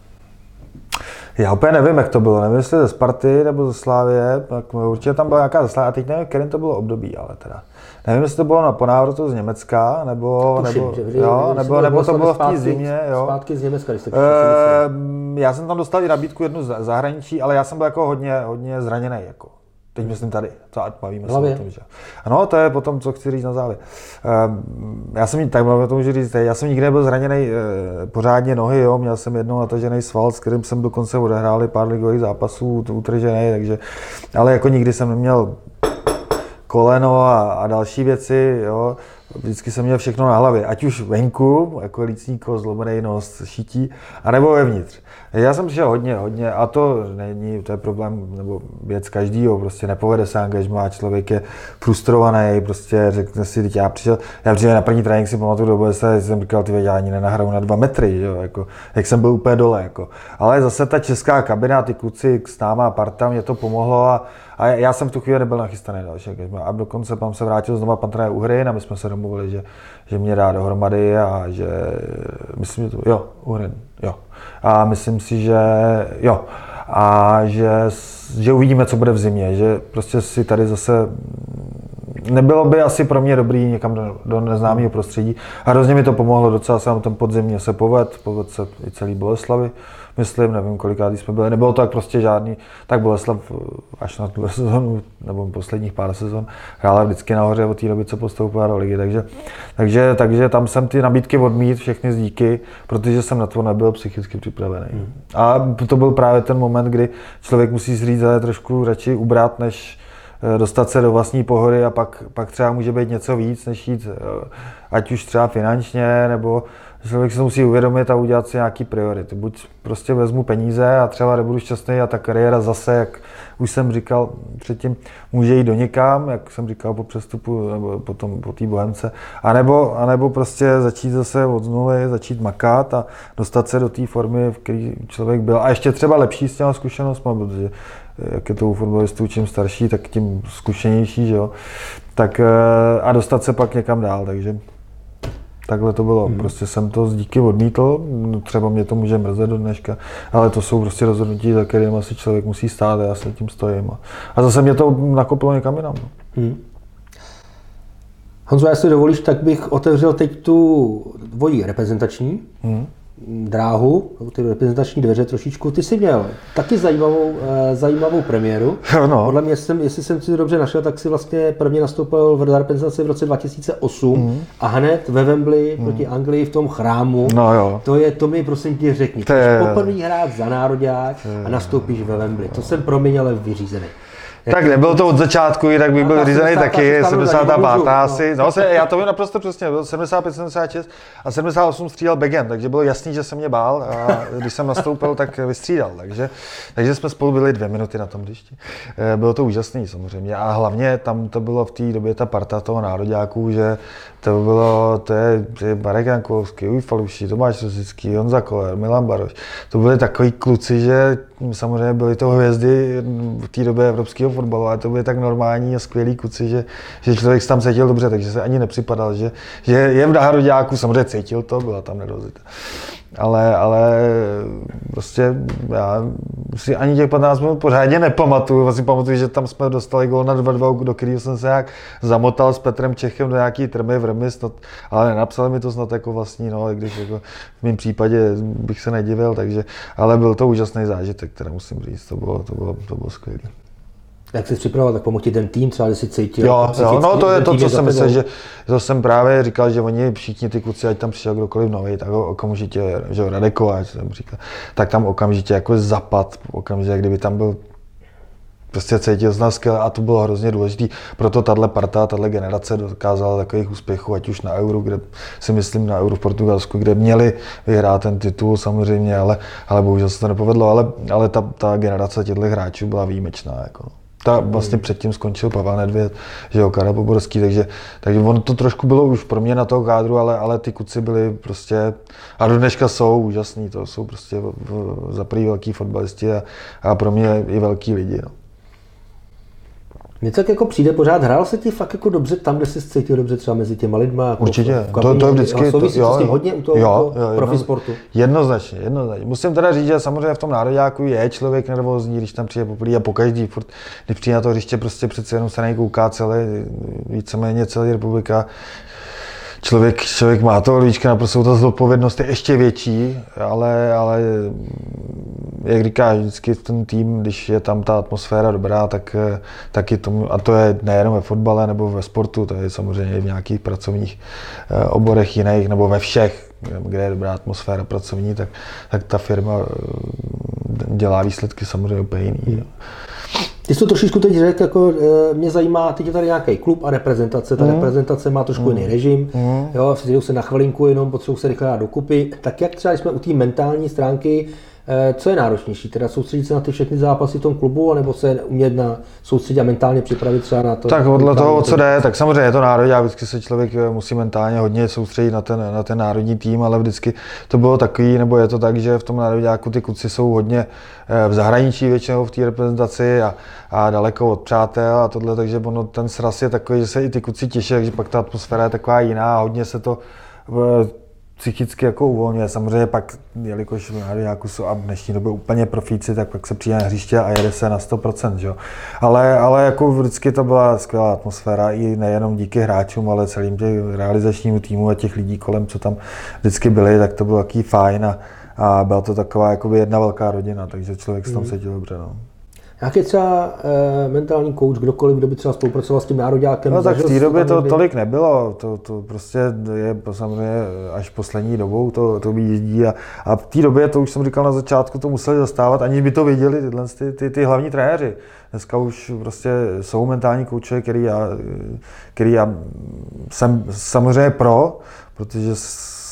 Já úplně nevím, jak to bylo. Nevím, jestli ze Sparty nebo ze Slávie. Tak určitě tam byla nějaká ze Slávie. A teď nevím, kterým to bylo období, ale teda. Nevím, jestli to bylo na ponávratu z Německa, nebo, Tuším, nebo, že, jo, nebo, nebo to bylo v té zimě. Jo. Zpátky z Německa, když jste e, Já jsem tam dostal i nabídku jednu z zahraničí, ale já jsem byl jako hodně, hodně zraněný. Jako. Teď myslím tady, co ať bavíme se o tom, že. Ano, to je potom, co chci říct na závěr. Já jsem tak o tom můžu říct, já jsem nikdy nebyl zraněný pořádně nohy, jo, měl jsem jednou natažený sval, s kterým jsem dokonce odehráli pár ligových zápasů, utržený, takže, ale jako nikdy jsem neměl koleno a, a další věci, jo. Vždycky jsem měl všechno na hlavě, ať už venku, jako lícní kost, zlomený nos, šití, anebo vevnitř. Já jsem přišel hodně, hodně, a to není, to je problém, nebo věc každýho, prostě nepovede se angažmá, člověk je frustrovaný, prostě řekne si, teď já přišel, já přišel na první trénink, si pamatuju do Boleslavy, jsem říkal, ty já ani nenahraju na dva metry, jo, jako, jak jsem byl úplně dole, jako. Ale zase ta česká kabina, ty kluci s náma, parta, mě to pomohlo a A já jsem v tu chvíli nebyl nachystaný další angažmá. A dokonce pan se vrátil znova pan trenér Uhrin a my jsme se domluvili, že, že mě dá dohromady a že, myslím, že to, jo, Uhrin, jo. A myslím si, že jo. A že, že uvidíme, co bude v zimě, že prostě si tady zase nebylo by asi pro mě dobrý někam do, do neznámého prostředí. A hrozně mi to pomohlo, docela jsem ten podzim se povedl, povedl se i celý Boleslavy. Myslím, nevím, kolikrát jsme byli, nebylo to tak prostě žádný, tak Boleslav až na tuhle sezonu, nebo posledních pár sezon, hrála vždycky nahoře od té doby, co postoupila do ligy, takže, takže, takže tam jsem ty nabídky odmít, všechny z díky, protože jsem na to nebyl psychicky připravený. Hmm. A to byl právě ten moment, kdy člověk musí si říct, ale trošku radši ubrat, než dostat se do vlastní pohody a pak, pak třeba může být něco víc, než jít, ať už třeba finančně, nebo, člověk se musí uvědomit a udělat si nějaký priority. Buď prostě vezmu peníze a třeba nebudu šťastný a ta kariéra zase, jak už jsem říkal předtím, může jít do někam, jak jsem říkal po přestupu nebo potom po té Bohemce, anebo, anebo prostě začít zase od nuly, začít makat a dostat se do té formy, v které člověk byl. A ještě třeba lepší s těma zkušenostmi, protože jak je to u fotbalistů, čím starší, tak tím zkušenější, že jo. Tak a dostat se pak někam dál, takže takhle to bylo. Hmm. Prostě jsem to z díky odmítl, třeba mě to může mrzet do dneška, ale to jsou prostě rozhodnutí, za kterým asi člověk musí stát a já se tím stojím. A zase mě to nakoplo někam jinam. Hmm. Honzo, jestli dovolíš, tak bych otevřel teď tu dvojí reprezentační hmm. dráhu, ty reprezentační dveře trošičku. Ty jsi měl taky zajímavou, zajímavou premiéru. No. Podle mě, jsem, jestli jsem si dobře našel, tak si vlastně prvně nastoupil v reprezentaci v roce dva tisíce osm mm. a hned ve Wembley mm. proti Anglii v tom chrámu. No jo. To je, to mi prosím tě řekni. Ty je... poprvé hrát za nároďák a nastoupíš ve Wembley. To jsem pro mě ale vyřízený. Tak nebylo to od začátku, tak bych byl řízený taky, sedmdesátá pátá asi. No, se, já to vím naprosto přesně, byl sedmdesát pět sedmdesát šest a sedmdesát osm střídal Begen, takže bylo jasný, že se mě bál a když jsem nastoupil, tak vystřídal. Takže, takže jsme spolu byli dvě minuty na tom hřišti. Bylo to úžasný samozřejmě a hlavně tam to bylo v té době ta parta toho nároďáků, že to bylo, to je, je Marek Jankovský, Uj Faluši, Tomáš Rosický, Honza Koller, Milan Baroš. To byli takový kluci, že samozřejmě byly to hvězdy v té době evropského fotbalu, ale to byly tak normální a skvělí kluci, že, že člověk se tam cítil dobře, takže se ani nepřipadal, že, že je v nároďáku, samozřejmě cítil to, byla tam nervozita. Ale, ale prostě já si ani těch patnáct minut pořádně nepamatuju. Vlastně pamatuju, že tam jsme dostali gól na dva dva, do kterého jsem se nějak zamotal s Petrem Čechem do nějaký trmy v remis, ale nenapsali mi to snad jako vlastní, no, i když jako v mém případě bych se nedivil, takže, ale byl to úžasný zážitek, teda musím říct, to bylo, to bylo, to bylo skvělé. Jak jsi připravoval, tak pomohl ti ten tým, třeba si cítil? Jo, jo, no to je to, co jsem myslel, že to jsem právě říkal, že oni všichni ty kluci, ať tam přišel kdokoliv nový, tak okamžitě, že Radek Kováč jsem říkal, tak tam okamžitě jako zapad, okamžitě, kdyby tam byl, prostě cítil z nás skvěle a to bylo hrozně důležité. Proto tahle parta, tahle generace dokázala takových úspěchů, ať už na Euro, kde si myslím na Euro v Portugalsku, kde měli vyhrát ten titul samozřejmě, ale, ale bohužel se to nepovedlo, ale, ale ta, ta generace těchto hráčů byla výjimečná. Jako. Ta vlastně předtím skončil Pavel Nedvěd, že jo, Karel Poborský, takže, takže ono to trošku bylo už pro mě na toho kádru, ale, ale ty kuci byli prostě, a do dneška jsou úžasní, to jsou prostě za první velký fotbalisti a, a pro mě i velký lidi. No. Mně tak jako přijde pořád, hrál se ti fakt jako dobře tam, kde jsi cítil dobře třeba mezi těma lidma? Jako určitě, v kabině, to, to je vždycky. Souvisí to, jo, s tím hodně u toho, jo, toho jo, profi jedno, sportu? Jednoznačně, jednoznačně. Musím teda říct, že samozřejmě v tom nároďáku je člověk nervózní, když tam přijde poprvé a pokaždý, furt, když přijde na to hřiště, prostě přece jenom se nekouká celý, víceméně celý republika. Člověk, člověk má to líčka, naprosto ta zodpovědnost je ještě větší, ale, ale jak říkáš, vždycky ten tým, když je tam ta atmosféra dobrá, tak, tak je tomu, a to je nejenom ve fotbale nebo ve sportu, to je samozřejmě i v nějakých pracovních oborech jiných, nebo ve všech, kde je dobrá atmosféra pracovní, tak, tak ta firma dělá výsledky samozřejmě úplně jiný. Ty jsi to trošičku teď řekl, jako mě zajímá, teď je tady nějaký klub a reprezentace, ta mm. reprezentace má trošku mm. jiný režim, mm. jo, přijdou se na chvilinku, jenom potřebují se rychle dát dokupy, tak jak třeba, když jsme u té mentální stránky, co je náročnější, teda soustředit se na ty všechny zápasy v tom klubu, anebo se umět na soustředit a mentálně připravit třeba na to? Tak podle toho, co jde, tak samozřejmě je to národní a vždycky se člověk musí mentálně hodně soustředit na ten, na ten národní tým, ale vždycky to bylo takový, nebo je to tak, že v tom národňáku ty kluci jsou hodně v zahraničí většinou v té reprezentaci a, a daleko od přátel a tohle, takže ono, ten sraz je takový, že se i ty kluci těší, takže pak ta atmosféra je taková jiná a hodně se to psychicky jako uvolňuje. Samozřejmě pak, jelikož v národňáku jsou a v dnešní době úplně profíci, tak pak se přijde na hřiště a jede se na sto procent, že? Ale, ale jako vždycky to byla skvělá atmosféra i nejenom díky hráčům, ale celým těch realizačnímu týmu a těch lidí kolem, co tam vždycky byli, tak to bylo takový fajn a, a byla to taková jakoby jedna velká rodina, takže člověk se tam cítil dobře. No. Jaký třeba e, mentální kouč, kdokoliv, kdo by třeba spolupracoval s tím nároďákem? No tak v té době to tolik nebylo, to, to prostě je samozřejmě až poslední dobou to, to jízdí a, a v té době, to už jsem říkal na začátku, to museli zastávat, aniž by to viděli tyhle ty, ty, ty hlavní trenéři. Dneska už prostě jsou mentální kouče, který já, který já jsem samozřejmě pro, protože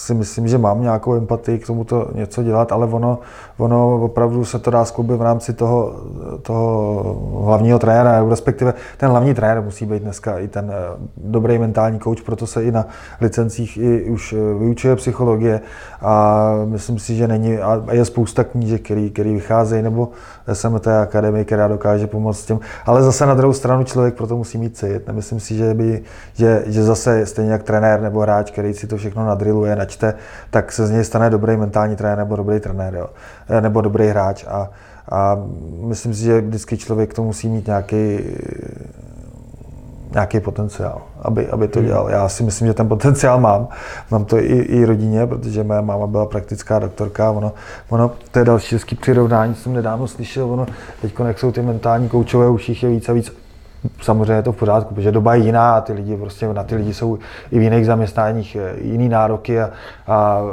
si myslím, že mám nějakou empatii k tomuto něco dělat, ale ono, ono opravdu se to dá skloubit v rámci toho, toho hlavního trenéra, respektive ten hlavní trenér musí být dneska i ten dobrý mentální kouč, proto se i na licencích i už vyučuje psychologie a myslím si, že není, a je spousta knížek, který, který vycházejí, nebo S M T akademie, která dokáže pomoct s tím, ale zase na druhou stranu člověk proto musí mít cit. Nemyslím si, že, by, že, že zase stejně jak trenér nebo hráč, který si to všechno nadriluje, načte, tak se z něj stane dobrý mentální trenér nebo dobrý trenér, jo. Nebo dobrý hráč a, a myslím si, že vždycky člověk to musí mít nějaký nějaký potenciál, aby, aby to dělal. Já si myslím, že ten potenciál mám. Mám to i, i rodině, protože moje máma byla praktická doktorka. Ono, ono to je další hezký přirovnání, jsem nedávno slyšel. Ono, teď, jak jsou ty mentální koučové, už jich je víc a víc. Samozřejmě je to v pořádku, protože doba je jiná a ty lidi prostě, na ty lidi jsou i v jiných zaměstnáních jiný nároky a, a,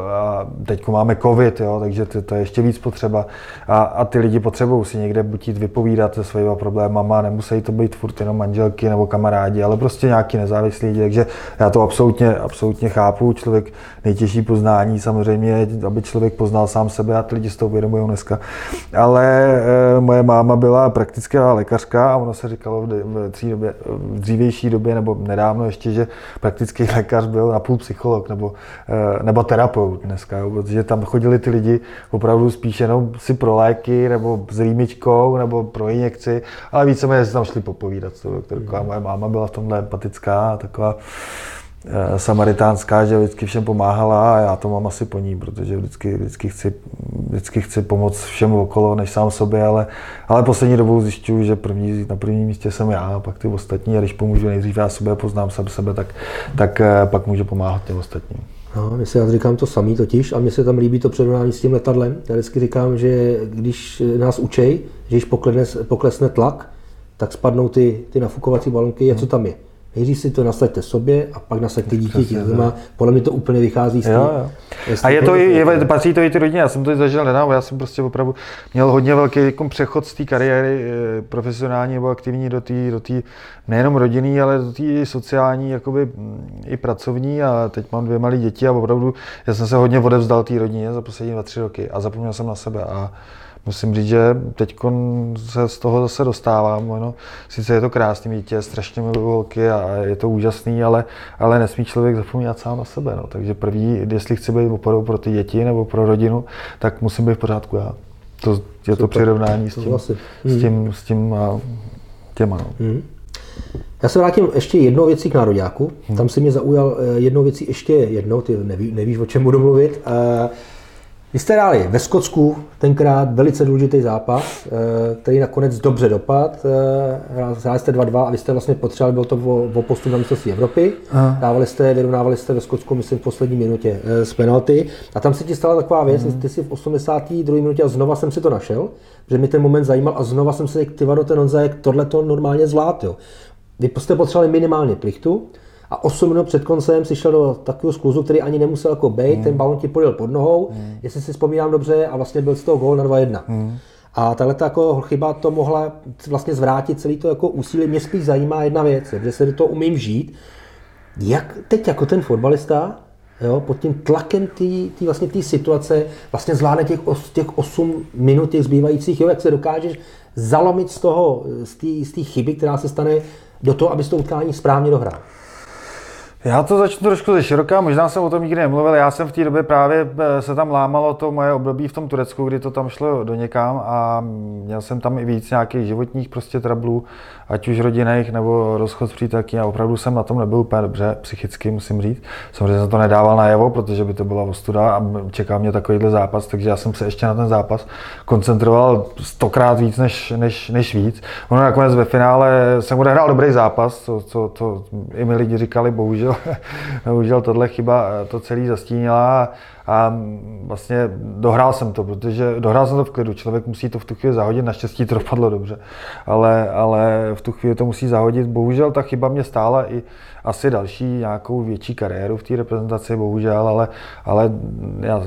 a teď máme covid, jo, takže to, to je ještě víc potřeba a, a ty lidi potřebují si někde buď jít vypovídat se svýma problémama, nemusí to být furt jenom manželky nebo kamarádi, ale prostě nějaký nezávislí lidi, takže já to absolutně, absolutně chápu. Člověk nejtěžší poznání samozřejmě je, aby člověk poznal sám sebe a ty lidi z toho uvědomují dneska. Ale e, moje máma byla praktická lékařka a ono se říkalo v V, době, v dřívější době nebo nedávno ještě, že praktický lékař byl napůl psycholog nebo, nebo terapeut dneska, jo, protože tam chodili ty lidi opravdu spíš jenom si pro léky nebo s rýmičkou nebo pro injekci, ale víceméně se tam šli popovídat s tou doktorkou. Moje máma byla v tomhle empatická, taková samaritánská, že vždycky všem pomáhala a já to mám asi po ní, protože vždycky, vždycky, chci, vždycky chci pomoct všem okolo, než sám sobě, ale, ale poslední dobou zjišťuju, že první, na prvním místě jsem já a pak ty ostatní a když pomůžu nejdřív já sobě, poznám sám sebe, tak, tak pak můžu pomáhat těm ostatním. No, my si já říkám to samý totiž a mně se tam líbí to přirovnání s tím letadlem. Já vždycky říkám, že když nás učej, že když poklesne, poklesne tlak, tak spadnou ty, ty nafukovací balonky a co tam je. Nejdřív si to nasaďte sobě a pak nasaďte dítěti. Podle mě to úplně vychází z toho. A je to, je, patří to i ty rodině, já jsem to zažil nedávno, já jsem prostě opravdu měl hodně velký jako přechod z té kariéry profesionální nebo aktivní do té do nejenom rodinný, ale do té sociální, jakoby i pracovní a teď mám dvě malé děti a opravdu já jsem se hodně odevzdal té rodině za poslední dva, tři roky a zapomněl jsem na sebe. A musím říct, že teď se z toho zase dostávám. No, sice je to krásný dítě, strašně miluji holky a je to úžasný, ale, ale nesmí člověk zapomínat sám na sebe. No. Takže první, jestli chci být oporou pro ty děti nebo pro rodinu, tak musím být v pořádku já. To je Super. To přirovnání s tím, s tím, s tím a těma. No. Hmm. Já se vrátím ještě jednou věcí k nároďáku. Hmm. Tam si mě zaujal jednou věcí ještě jednou, ty neví, nevíš, o čem budu mluvit. Vy jste hráli ve Skotsku tenkrát velice důležitý zápas, který nakonec dobře dopadl. Hráli jste dva dva a vy jste vlastně potřebovali, byl to o, o postup na mistrovství Evropy. Dávali jste, vyrovnávali jste ve Skotsku, myslím, v poslední minutě z penalty. A tam se ti stala taková věc, mm. ty si v osmdesáté druhé minutě a znova jsem si to našel, protože mi ten moment zajímal a znova jsem se tyva do ten Honza, jak tohle to normálně zvládl. Vy jste potřebovali minimálně plichtu. A osm minut před koncem si šel do takového skluzu, který ani nemusel jako bejt, mm. ten balon ti podjel pod nohou, mm. jestli si vzpomínám dobře, a vlastně byl z toho gól na dva jedna. Mm. A tahle jako chyba to mohla vlastně zvrátit celý to jako úsilí. Mě spíš zajímá jedna věc, že se do toho umím žít. Jak teď jako ten fotbalista, jo, pod tím tlakem té vlastně té situace vlastně zvládne těch, těch osm minut těch zbývajících, jo, jak se dokážeš zalomit z toho, z té chyby, která se stane, do toho, abys to utkání správně dohrál. Já to začnu trošku ze široká, možná jsem o tom nikdy nemluvil, já jsem v té době právě se tam lámalo to moje období v tom Turecku, kdy to tam šlo do někam a měl jsem tam i víc nějakých životních prostě trablů, ať už rodinných nebo rozchod s přítelkyní a opravdu jsem na tom nebyl úplně dobře, psychicky musím říct. Samozřejmě jsem to nedával najevo, protože by to byla ostuda a čekal mě takovýhle zápas, takže já jsem se ještě na ten zápas koncentroval stokrát víc než, než, než víc. Ono nakonec ve finále jsem odehrál dobrý zápas, co, co, co i mi lidi říkali, bohužel. Bohužel tohle chyba to celý zastínila a vlastně dohrál jsem to, protože dohrál jsem to v klidu, člověk musí to v tu chvíli zahodit, naštěstí to dopadlo dobře, ale, ale v tu chvíli to musí zahodit. Bohužel ta chyba mě stála i asi další nějakou větší kariéru v té reprezentaci, bohužel, ale, ale já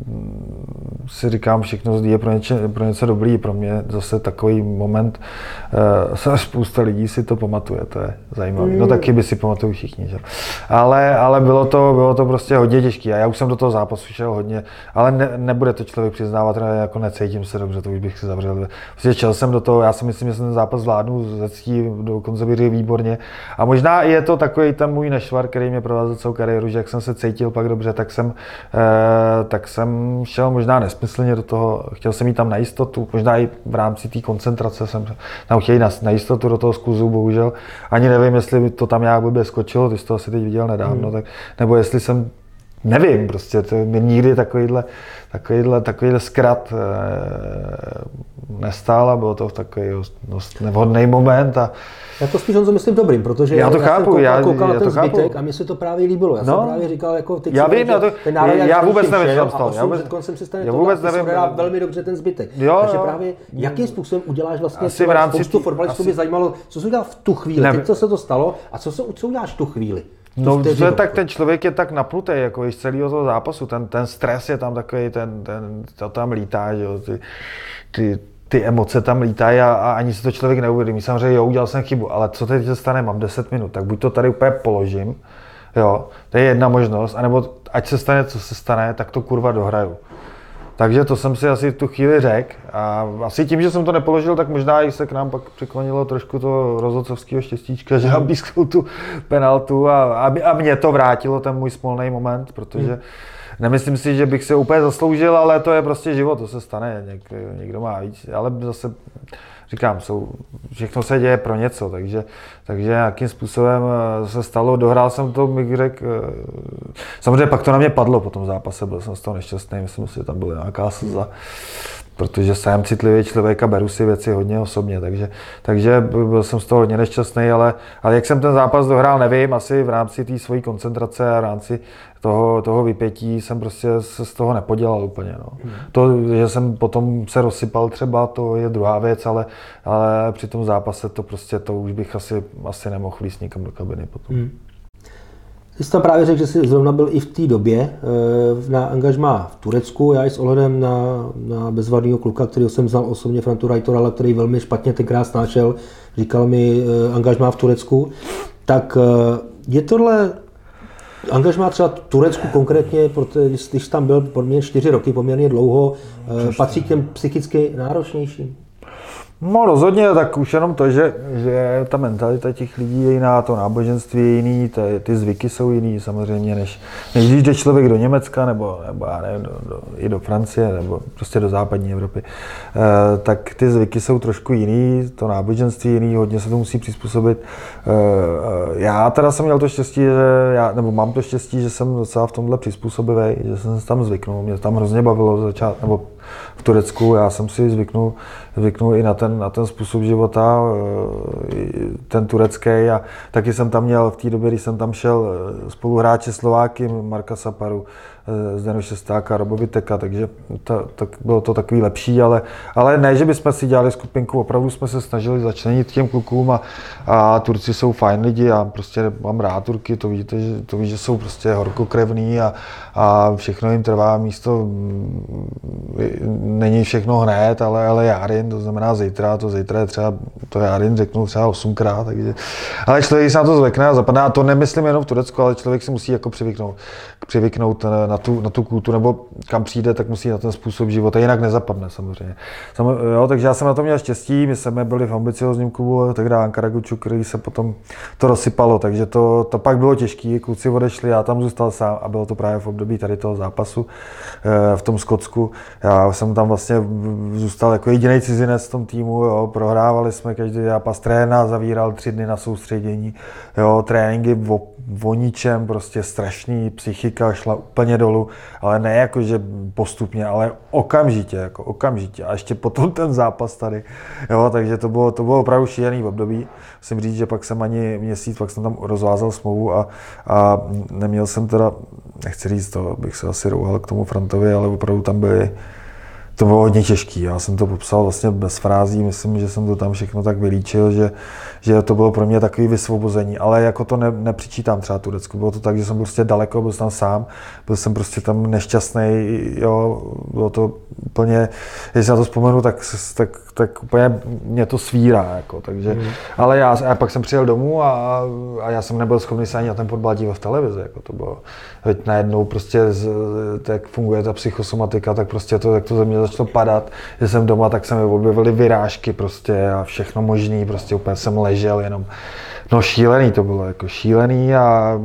si říkám, všechno je pro, něče, pro něco dobrý, pro mě zase takový moment, uh, spousta lidí si to pamatuje, to je zajímavé. No tak chyby si pamatují všichni, že? ale, ale bylo, to, bylo to prostě hodně těžké a já už jsem do toho zápasu šel hodně, ale ne, nebude to člověk přiznávat, jako necítím se dobře, to už bych si zavřel. Prostě šel jsem do toho, já si myslím, že jsem ten zápas zvládnu ze ctí, dokonce bych řekl výborně a možná je to takový ten můj nešvar, který mě provázel celou kariéru, že jak jsem se cítil pak dobře, tak jsem, eh, tak jsem šel možná nesmyslně do toho, chtěl jsem jít tam na jistotu, možná i v rámci té koncentrace jsem tam chtěl jít na, na jistotu do toho skluzu, bohužel. Ani nevím, jestli to tam nějak by skočilo, ty jsi to asi teď viděl nedávno, hmm. tak, nebo jestli jsem, nevím, prostě to mi nikdy takovýhle, takovýhle, takovýhle zkrat eh, nestál a bylo to v takový dost nevhodný moment. A já to spíš on myslím dobrým, protože já to já chápu, jsem koukal, já, koukal já na ten to chápu. zbytek a mně se to právě líbilo. Já no, jsem právě říkal, jako teď já vím, já, to, ten národ, já vůbec nevím, co tam stalo. Já vůbec, koncem si stane já to, vůbec tak, nevím, dá velmi dobře ten zbytek. Jo, Takže jo. právě jakým způsobem uděláš vlastně asi v rámci spoustu tý, fotbalistů asi, by zajímalo, co se udělal v tu chvíli, nevím. teď co se to stalo a co, se, co uděláš v tu chvíli. No, to je tak ten člověk je tak napnutý, jako z celého toho zápasu, ten, ten stres je tam takový, ten, ten, to tam lítá, že jo, ty, ty, ty emoce tam lítají a, a ani si to člověk neuvědomí. Samozřejmě, jo, udělal jsem chybu, ale co teď se stane, mám deset minut, tak buď to tady úplně položím, jo, to je jedna možnost, anebo ať se stane, co se stane, tak to kurva dohraju. Takže to jsem si asi v tu chvíli řekl a asi tím, že jsem to nepoložil, tak možná i se k nám pak přiklonilo trošku to rozhodcovského štěstíčka, že mám pískl tu penaltu a, a mě to vrátilo ten můj smolný moment, protože hmm. nemyslím si, že bych se úplně zasloužil, ale to je prostě život, to se stane, Něk, někdo má víc, ale zase říkám, jsou, všechno se děje pro něco, takže, takže nějakým způsobem se stalo, dohrál jsem to, bych řekl, samozřejmě pak to na mě padlo po tom zápase, byl jsem z toho nešťastný, myslím si, že tam byla nějaká slza, protože jsem citlivý člověk a beru si věci hodně osobně, takže, takže byl jsem z toho hodně nešťastný, ale, ale jak jsem ten zápas dohrál, nevím, asi v rámci té svojí koncentrace a v rámci toho, toho vypětí jsem prostě se z toho nepodělal úplně. No. Hmm. To, že jsem potom se rozsypal třeba, to je druhá věc, ale, ale při tom zápase to prostě, to už bych asi, asi nemohl líst nikam do kabiny potom. Hmm. Ty jsi tam právě řekl, že jsi zrovna byl i v té době na angažmá v Turecku. Já i s ohledem na, na bezvadného kluka, kterého jsem znal osobně, Frantu Reitorala, který velmi špatně tenkrát snášel, říkal mi angažmá v Turecku. Tak je tohle angažmá třeba v Turecku konkrétně, protože když tam byl poměrně čtyři roky, poměrně dlouho, Přeště. patří k těm psychicky náročnějším? No rozhodně, tak už jenom to, že, že ta mentalita těch lidí je jiná, to náboženství je jiný, ty, ty zvyky jsou jiný samozřejmě, než, než když jde člověk do Německa, nebo, nebo já nevím, do, do, i do Francie, nebo prostě do západní Evropy, e, tak ty zvyky jsou trošku jiný, to náboženství je jiný, hodně se to musí přizpůsobit. E, já teda jsem měl to štěstí, že já, nebo mám to štěstí, že jsem docela v tomhle přizpůsobivý, že jsem se tam zvyknul, mě tam hrozně bavilo začát, nebo v Turecku, já jsem si zvyknul, zvyknul i na ten, na ten způsob života, ten turecký a taky jsem tam měl v té době, když jsem tam šel spoluhráče Slováky, Marka Saparu, Zdeno Šestáka, Robo Viteka, takže to, tak bylo to takový lepší, ale, ale ne, že bychom si dělali skupinku, opravdu jsme se snažili začlenit těm klukům a, a Turci jsou fajn lidi, já prostě mám rád Turky, to víte, že, to ví, že jsou prostě horkokrevný a, a všechno jim trvá místo, není všechno hned, ale, ale járin, to znamená zítra, to zítra je třeba, to járin řeknu třeba osmkrát, takže, ale člověk se na to zvykne a zapadne, a to nemyslím jenom v Turecku, ale člověk si musí jako přivyknout, přivyknout na tu, na tu kulturu, nebo kam přijde, tak musí na ten způsob života, jinak nezapadne samozřejmě. Sam, jo, takže já jsem na to měl štěstí, my jsme byli v ambiciozním klubu, tehdy Ankara Guču, který se potom to rozsypalo, takže to, to pak bylo těžké, kluci odešli, já tam zůstal sám a bylo to právě v období tady toho zápasu v tom Skotsku. Já jsem tam vlastně zůstal jako jediný cizinec v tom týmu, jo, prohrávali jsme každý zápas, trenér zavíral tři dny na soustředění, jo, tréninky o, o ničem, prostě strašný, psychika šla úplně dolů, ale ne jako, že postupně, ale okamžitě, jako okamžitě. A ještě potom ten zápas tady, jo, takže to bylo, to bylo opravdu šílený období. Musím říct, že pak jsem ani měsíc, pak jsem tam rozvázal smlouvu a, a neměl jsem teda, nechci říct to, bych se asi rouhal k tomu Frantovi, ale opravdu tam byly To bylo hodně těžký, já jsem to popsal vlastně bez frází, myslím, že jsem to tam všechno tak vylíčil, že, že to bylo pro mě takový vysvobození, ale jako to ne, nepřičítám třeba Turecku, bylo to tak, že jsem byl prostě daleko, byl jsem tam sám, byl jsem prostě tam nešťastný, jo, bylo to úplně, když na to vzpomenu, tak, tak, tak úplně mě to svírá, jako, takže, mm. ale já, já pak jsem přijel domů a, a já jsem nebyl schopný se ani na ten fotbal dívat v televizi, jako to bylo, veď najednou prostě, z, jak funguje ta psychosomatika, tak prostě to, jak to ze mě začalo padat, že jsem doma, tak se mi objevily vyrážky prostě a všechno možný, prostě úplně jsem ležel jenom, no šílený to bylo, jako šílený a,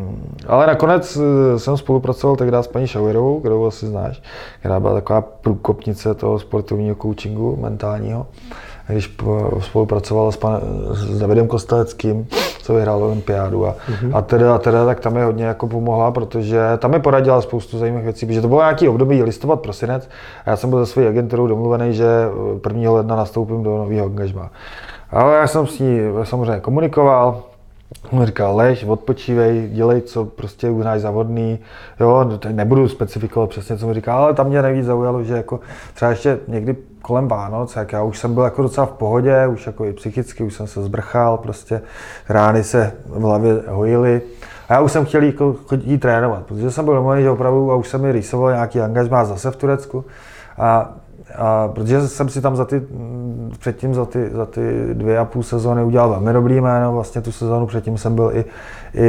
ale nakonec jsem spolupracoval tehdy s paní Šauerovou, kterou asi znáš, která byla taková průkopnice toho sportovního coachingu mentálního, když spolupracovala s, pan, s Davidem Kosteleckým, co vyhrál olympiádu a, mm-hmm. a, teda, a teda tak tam mi hodně jako pomohla, protože tam mi poradila spoustu zajímavých věcí, protože to bylo nějaký období listopad, prosinec a já jsem byl se svojí agenturou domluvený, že prvního ledna nastoupím do nového angažmá. Ale já jsem s ní samozřejmě komunikoval, on říkal, lež, odpočívej, dělej, co prostě uznáš za vhodný, jo, nebudu specifikovat přesně, co mi říká, ale tam mě nejvíc zaujalo, že jako třeba ještě někdy kolem Vánoc, jak já už jsem byl jako docela v pohodě, už jako i psychicky, už jsem se zbrchal, prostě rány se v hlavě hojily a já už jsem chtěl jít, jít trénovat, protože jsem byl domluvený, že opravdu a už jsem mi rýsoval nějaký angažmá zase v Turecku a A protože jsem si tam za ty, předtím za ty, za ty dvě a půl sezóny udělal velmi dobrý jméno, vlastně tu sezónu předtím jsem byl i, i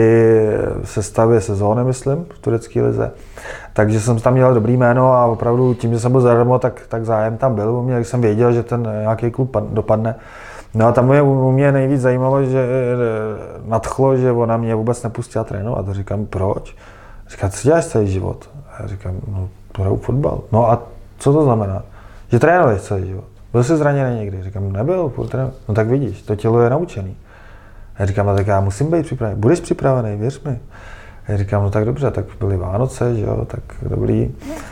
v sestavě sezóny, myslím, v turecké lize. Takže jsem tam měl dobrý jméno a opravdu tím, že jsem byl zadarmo, tak, tak zájem tam byl u mě, když jsem věděl, že ten nějaký klub dopadne. No a tam mě, u mě nejvíc zajímalo, že nadchlo, že ona mě vůbec nepustila trénovat. A říkám, proč? Říká, co děláš celý život? A já říkám, no, hraju fotbal. No a co to znamená? Že trénuješ celý život. Byl jsi zraněný někdy? Říkám, nebyl, furt trénuji. No tak vidíš, to tělo je naučený. Já říkám, no tak já musím být připravený. Budeš připravený, věř mi. Já říkám, no tak dobře, tak byly Vánoce, že jo, tak dobrý.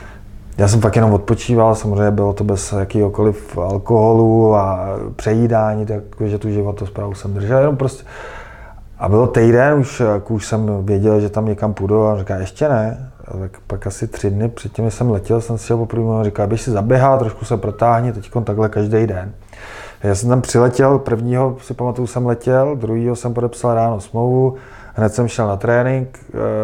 Já jsem fakt jenom odpočíval, samozřejmě bylo to bez jakýhokoliv alkoholu a přejídání, takže tu životosprávu jsem držel, jenom prostě. A bylo týden, už, už jsem věděl, že tam někam půjdu a říká, ještě ne. A tak pak asi tři dny předtím, jsem letěl, jsem si šel poprvé a říkal, běž si zaběhat, trošku se protáhni, teď takhle každý den. Já jsem tam přiletěl, prvního si pamatuju, jsem letěl, druhýho jsem podepsal ráno smlouvu, hned jsem šel na trénink,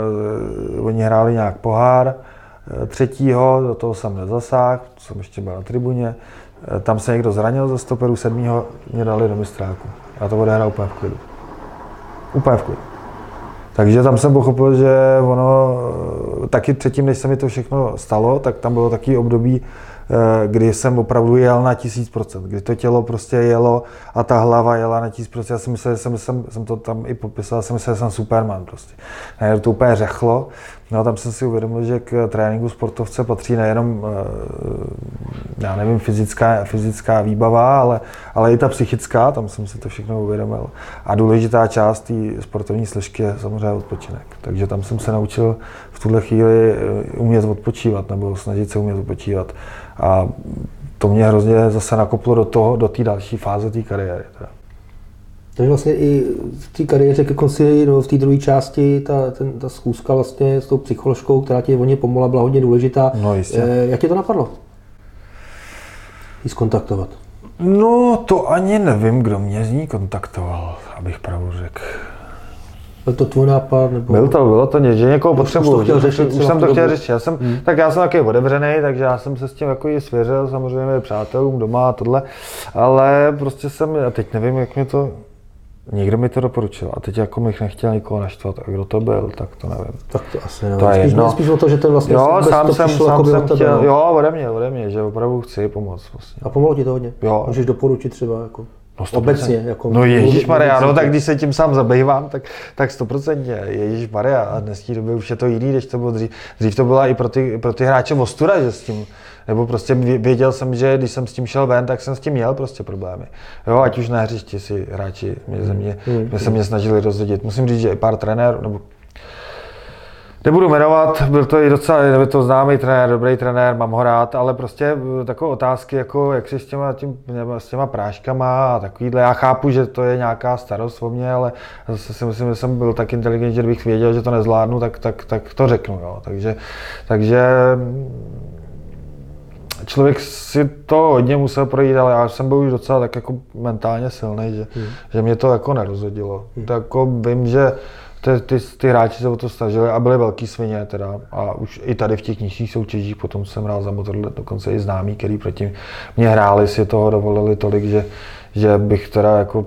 eh, oni hráli nějak pohár, eh, třetího, do toho jsem nezasáhl, jsem ještě byl na tribuně, eh, tam se někdo zranil ze stoperu, sedmýho mě dali do mistráku. Já to odehrál úplně v klidu. Úplně v klidu. Takže tam jsem pochopil, že ono, taky předtím, než se mi to všechno stalo, tak tam bylo takový období, kdy jsem opravdu jel na tisíc procent, kdy to tělo prostě jelo a ta hlava jela na tisíc procent. Já jsem myslel, že jsem, jsem, jsem to tam i popisoval, jsem myslel, že jsem Superman prostě. A to úplně řechlo. No a tam jsem si uvědomil, že k tréninku sportovce patří nejenom, já nevím, fyzická, fyzická výbava, ale, ale i ta psychická, tam jsem si to všechno uvědomil. A důležitá část té sportovní složky je samozřejmě odpočinek. Takže tam jsem se naučil v tuhle chvíli umět odpočívat, nebo snažit se umět odpočívat. A to mě hrozně zase nakoplo do toho, do té další fáze té kariéry. Teda. Takže vlastně i v té kariéře ke konci, no, v té druhé části, ta, ten, ta zkouška vlastně s tou psycholožkou, která ti hodně pomohla, byla hodně důležitá. No jistě. E, jak tě to napadlo? Jí zkontaktovat? No to ani nevím, kdo mě z ní kontaktoval, abych pravdu řekl. Byl to tvůj nápad? Nebo... Byl to, bylo to, že někoho potřebuji. Už, to řešit, už jsem to chtěl řešit. Já jsem, hmm. Tak já jsem taky otevřený, takže já jsem se s tím jako i svěřil, samozřejmě přátelům doma a tohle, ale prostě jsem, a teď nevím, jak mi to, někdo mi to doporučil a teď jako bych nechtěl nikoho naštvat, a kdo to byl, tak to nevím. Tak to asi nevím. To je spíš, jedno. Spíš o to, že to vlastně jo, sám to jsem, přišlo sám jako jsem tebe, chtěl, no. jo, ode mě, ode mě, že opravdu chci pomoct vlastně. A pomohlo ti to hodně? Jo. Můžeš doporučit třeba jako? No obecně, jako no ježišmarja, no tak když se tím sám zabývám, tak, tak stoprocentně, ježišmarja, a dnesní době už je to jiný, než to bylo dřív. Dřív to byla i pro ty, pro ty hráče ostuda, že s tím, nebo prostě věděl jsem, že když jsem s tím šel ven, tak jsem s tím měl prostě problémy. Jo, ať už na hřišti si hráči mě ze mě, hmm. mě se mě snažili rozhodit. Musím říct, že i pár trenérů, nebo nebudu jmenovat, byl to i docela, nebyl to známý trenér, dobrý trenér, mám ho rád, ale prostě takové otázky, jako jak si s těma, tím, s těma práškama a takovýhle. Já chápu, že to je nějaká starost o mě, ale zase si myslím, že jsem byl tak inteligentní, že kdybych věděl, že to nezvládnu, tak, tak, tak to řeknu. Jo. Takže, takže člověk si to hodně musel projít, ale já jsem byl už docela tak jako mentálně silný, že, hmm. že mě to jako nerozhodilo. Hmm. Tak jako vím, že ty, ty, ty hráči se o to snažili a byli velký svině teda a už i tady v těch nižších soutěžích potom jsem hrál za Motorlet, dokonce i známí, který proti mě hráli, si toho dovolili tolik, že, že bych teda jako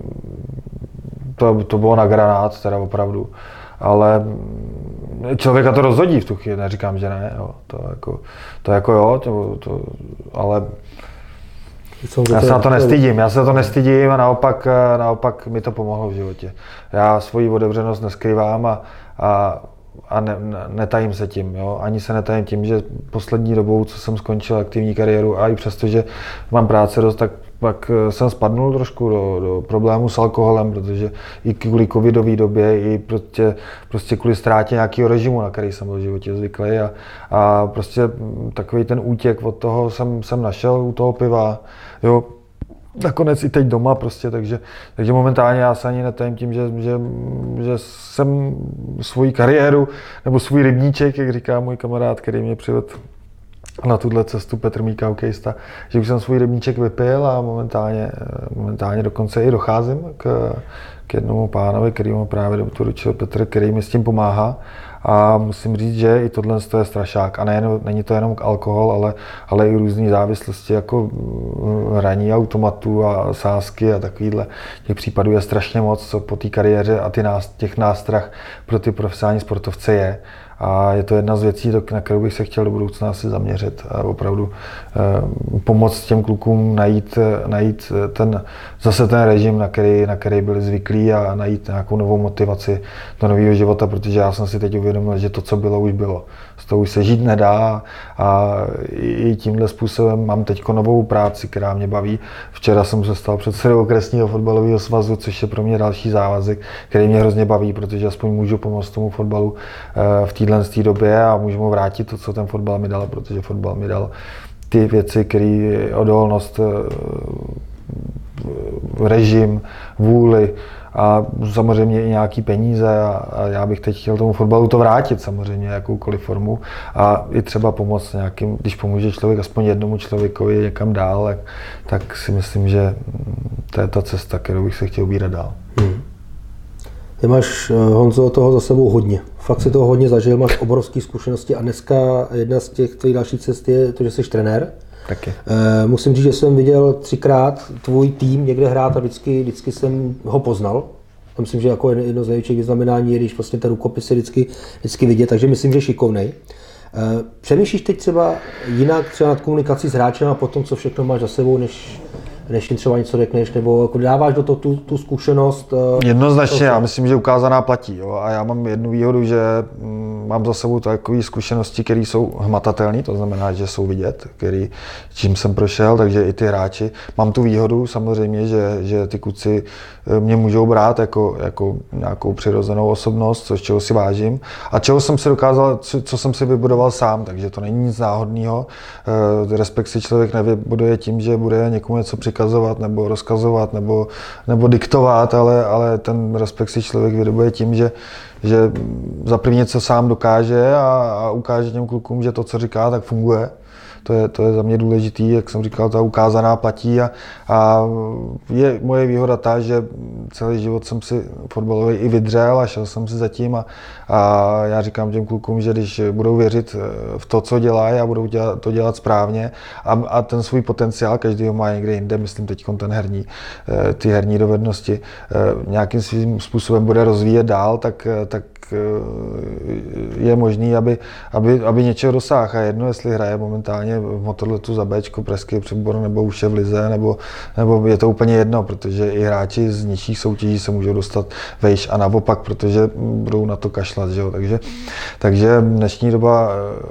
to, to bylo na granát teda opravdu. Ale člověka to rozhodí v tu chvíli, neříkám, že ne, jo. To jako, to jako jo, to, to, ale já se na to nestydím, já se na to nestydím a naopak, naopak mi to pomohlo v životě. Já svoji otevřenost neskrývám a, a, a ne, ne, netajím se tím, jo. Ani se netajím tím, že poslední dobou, co jsem skončil aktivní kariéru a i přesto, že mám práce dost, tak pak jsem spadnul trošku do, do problému s alkoholem, protože i kvůli covidové době, i prostě, prostě kvůli ztrátě nějakého režimu, na který jsem byl v životě zvyklý a, a prostě takový ten útěk od toho jsem, jsem našel u toho piva, jo. Nakonec i teď doma prostě, takže, takže momentálně já se ani netajím tím, že, že, že jsem svoji kariéru nebo svůj rybníček, jak říká můj kamarád, který mě přivedl na tuhle cestu Petr Míka, hokejista, že už jsem svůj rybníček vypil a momentálně, momentálně dokonce i docházím k, k jednomu pánovi, který mu právě doporučil Petr, který mi s tím pomáhá. A musím říct, že i tohle je strašák. A nejen, není to jenom alkohol, ale, ale i různé závislosti, jako hraní automatů a sázky a takovýhle. Těch případů je strašně moc, co po té kariéře a ty nás, těch nástrah pro ty profesionální sportovce je. A je to jedna z věcí, na kterou bych se chtěl do budoucna asi zaměřit a opravdu eh, pomoct těm klukům najít, najít ten, zase ten režim, na který, na který byli zvyklí a najít nějakou novou motivaci do nového života, protože já jsem si teď uvědomil, že to, co bylo, už bylo. Z toho už se žít nedá a i tímhle způsobem mám teď novou práci, která mě baví. Včera jsem se stal předsedou okresního fotbalového svazu, což je pro mě další závazek, který mě hrozně baví, protože aspoň můžu pomoct tomu fotbalu v téhle době a můžu mu vrátit to, co ten fotbal mi dal, protože fotbal mi dal ty věci, které odolnost, režim, vůli a samozřejmě i nějaký peníze a, a já bych teď chtěl tomu fotbalu to vrátit samozřejmě jakoukoliv formu a i třeba pomoct nějakým, když pomůže člověk aspoň jednomu člověkovi někam dál, tak, tak si myslím, že to je ta cesta, kterou bych se chtěl ubírat dál. Hmm. Ty máš, Honzo, toho za sebou hodně. Fakt si toho hodně zažil, máš obrovské zkušenosti a dneska jedna z těch tvých dalších cest je to, že jsi trenér. Taky. E, musím říct, že jsem viděl třikrát tvůj tým někde hrát a vždycky, vždycky jsem ho poznal. To myslím, že jako jedno z největších vyznamenání je, když vlastně ty rukopisy vždycky, vždycky vidět, takže myslím, že šikovnej. E, přemýšlíš teď třeba jinak třeba nad komunikací s hráčem a potom, co všechno máš za sebou, než než jim třeba něco řekneš, nebo jako dáváš do toho tu, tu zkušenost? Jednoznačně, to... já myslím, že ukázaná platí. Jo? A já mám jednu výhodu, že mm, mám za sebou takové zkušenosti, které jsou hmatatelné, to znamená, že jsou vidět, který, čím jsem prošel, takže i ty hráči. Mám tu výhodu samozřejmě, že, že ty kluci mě můžou brát jako, jako nějakou přirozenou osobnost, což čeho si vážím. A čeho jsem si dokázal, co, co jsem si vybudoval sám, takže to není nic náhodného. E, respekt si člověk nevybuduje tím, že bude někomu něco přikazovat nebo rozkazovat nebo, nebo diktovat, ale, ale ten respekt si člověk vydobuje tím, že, že za první něco sám dokáže a, a ukáže těm klukům, že to, co říká, tak funguje. To je, to je za mě důležitý, jak jsem říkal, ta ukázaná platí a, a je moje výhoda ta, že celý život jsem si fotbalový i vydřel a šel jsem si za tím a, a já říkám těm klukům, že když budou věřit v to, co dělají a budou dělat, to dělat správně a, a ten svůj potenciál, každý ho má někde jinde, myslím teď ten herní, ty herní dovednosti, nějakým svým způsobem bude rozvíjet dál, tak, tak je možný, aby, aby, aby něčeho dosáhl. A jedno, jestli hraje momentálně v Motorletu za Bčko, pražský přebor, nebo už je v lize, nebo, nebo je to úplně jedno, protože i hráči z nižších soutěží se můžou dostat vejš a naopak, protože budou na to kašlat. Že jo? Takže, takže dnešní doba,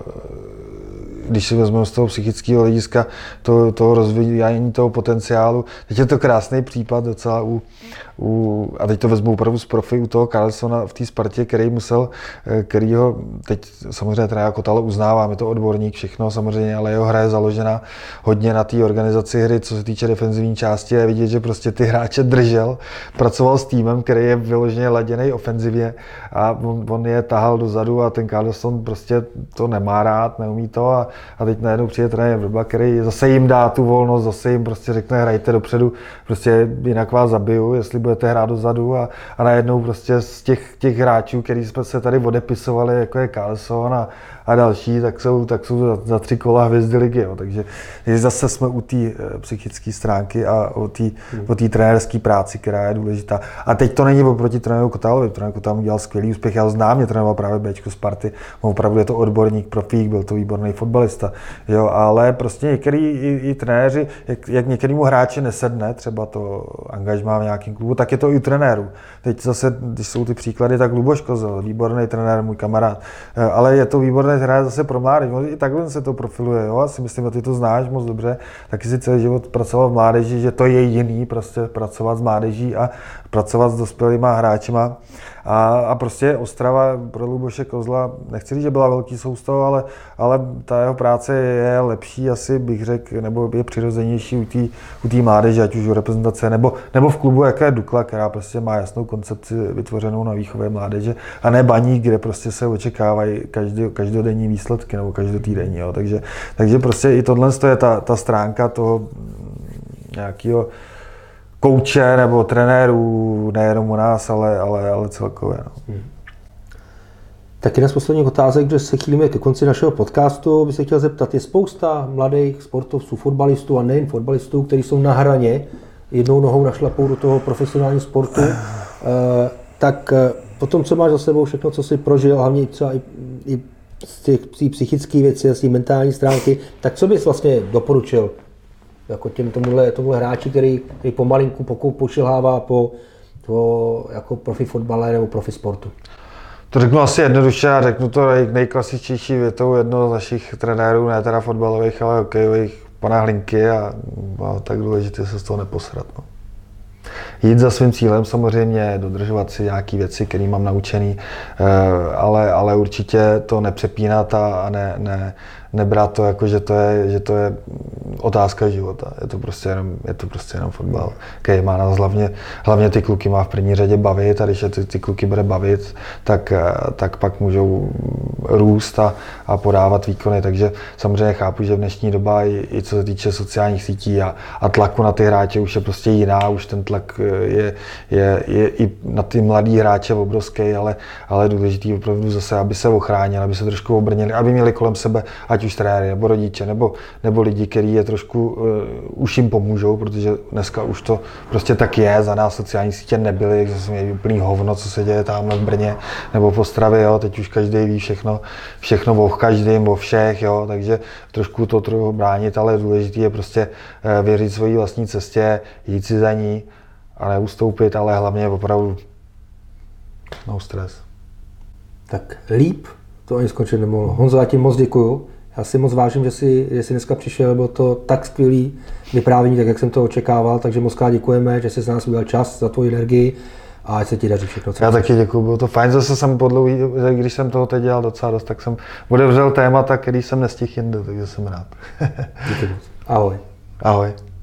když si vezmeme z toho psychického hlediska, to, toho rozvíjení toho potenciálu, teď je to krásný případ docela u, u, a teď to vezmu opravdu z profi, u toho Karlssona v té Spartě, který musel, který ho teď samozřejmě Trenér Kotala uznávám, je to odborník, všechno samozřejmě, ale jeho hra je založena hodně na té organizaci hry, co se týče defenzivní části, je vidět, že prostě ty hráče držel, pracoval s týmem, který je vyloženě laděnej ofenzivě a on, on je tahal dozadu a ten Karlsson prostě to nemá rád, neumí to a, a teď najednou přijde trenér Vrba, který zase jim dá tu volnost, zase jim prostě řekne hrajte dopředu, prostě jinak vás zabiju, jestli budete hrát dozadu a, a najednou prostě z těch, těch hráčů, který jsme se tady odepisovali, jako je Karlsson a, a další, tak jsou, tak jsou za, za tři kola hvězdy ligy. Jo. Takže zase jsme u té psychické stránky a o té hmm. trenérské práci, která je důležitá. A teď to není oproti trenéru Kotalovi. Trenér Kotal udělal skvělý úspěch. Já ho znám, mě trénoval právě Béčko Sparty. On opravdu je to odborník, profík, byl to výborný fotbalista. Jo, ale prostě některý i, i trenéři, jak, jak některýmu hráči nesedne třeba to angažmá v nějakém klubu, tak je to i u trenérů. Teď zase, když jsou ty příklady, tak Luboš Kozel, výborný trenér, můj kamarád, ale je to výborný trenér zase pro mládež. I takhle se to profiluje, jo? Asi myslím, že ty to znáš moc dobře, taky si celý život pracoval v mládeži, že to je jiný, prostě pracovat s mládeží a pracovat s dospělýma hráčima. A, a prostě Ostrava pro Luboše Kozla, nechci říct, že byla velký soustav, ale, ale ta jeho práce je lepší, asi bych řekl, nebo je přirozenější u té mládeže, ať už u reprezentace, nebo, nebo v klubu, jako je Dukla, která prostě má jasnou koncepci vytvořenou na výchově mládeže, a ne Baník, kde prostě se očekávají každý, každodenní výsledky nebo každotýdenní. Jo. Takže, takže prostě i tohle je ta, ta stránka toho nějakého kouče nebo trenérů, nejenom u nás, ale, ale, ale celkově. No. Hmm. Tak jedna z posledních otázek, že se chýlíme ke konci našeho podcastu, bych se chtěl zeptat, je spousta mladých sportovců, fotbalistů a nejen fotbalistů, kteří jsou na hraně, jednou nohou našlapou do toho profesionálního sportu, uh, tak po tom, co máš za sebou, všechno, co jsi prožil, hlavně třeba i, i z těch psychických věcí, z té mentální stránky, tak co bys vlastně doporučil jako těm tomuhle, tomuhle hráči, který, který pomalinku pošilhává po, po jako profi fotbale nebo profi sportu? To řeknu asi jednoduše a řeknu to nejklasičtější větou jednoho z našich trenérů, ne teda fotbalových, ale hokejových, pana Hlinky, a, a tak důležité se z toho neposrat. No. Jít za svým cílem samozřejmě, dodržovat si nějaké věci, které mám naučený, ale, ale určitě to nepřepínat a ne, ne, nebrat to jako, že to je, že to je otázka života. Je to prostě jenom, je to prostě jenom fotbal, který má nás hlavně, hlavně ty kluky má v první řadě bavit, a když je ty, ty kluky bude bavit, tak, tak pak můžou růst a, a podávat výkony. Takže samozřejmě chápu, že v dnešní doba i, i co se týče sociálních sítí a, a tlaku na ty hráče už je prostě jiná, už ten tlak je, je, je i na ty mladý hráče obrovský, ale, ale důležitý opravdu zase, aby se ochránili, aby se trošku obrnili, aby měli kolem sebe ať už trenéry, nebo rodiče, nebo, nebo lidi, kteří je trošku uh, už jim pomůžou, protože dneska už to prostě tak je, za nás sociální sítě nebyly, že jsme měli úplný hovno, co se děje tam v Brně, nebo v Ostravě, jo, teď už každý ví všechno, všechno o každém, o všech, jo, takže trošku to trochu bránit, ale důležité je prostě uh, věřit svojí vlastní cestě, jít si za ní a neustoupit, ale hlavně opravdu no stres. Tak líp to ani skončit nemohlo. Honzo, já ti moc děkuju. Já si moc vážím, že jsi, že jsi dneska přišel, bylo to tak skvělý vyprávění, tak jak jsem to očekával, takže moc krát děkujeme, že jsi z nás udělal čas, za tvoji energii a ať se ti daří všechno. Já taky děkuju, bylo to fajn, zase jsem po dlouhý, když jsem toho teď dělal docela dost, tak jsem otevřel témata, který jsem nestihl jinde, takže jsem rád. Děkuji moc. Ahoj. Ahoj.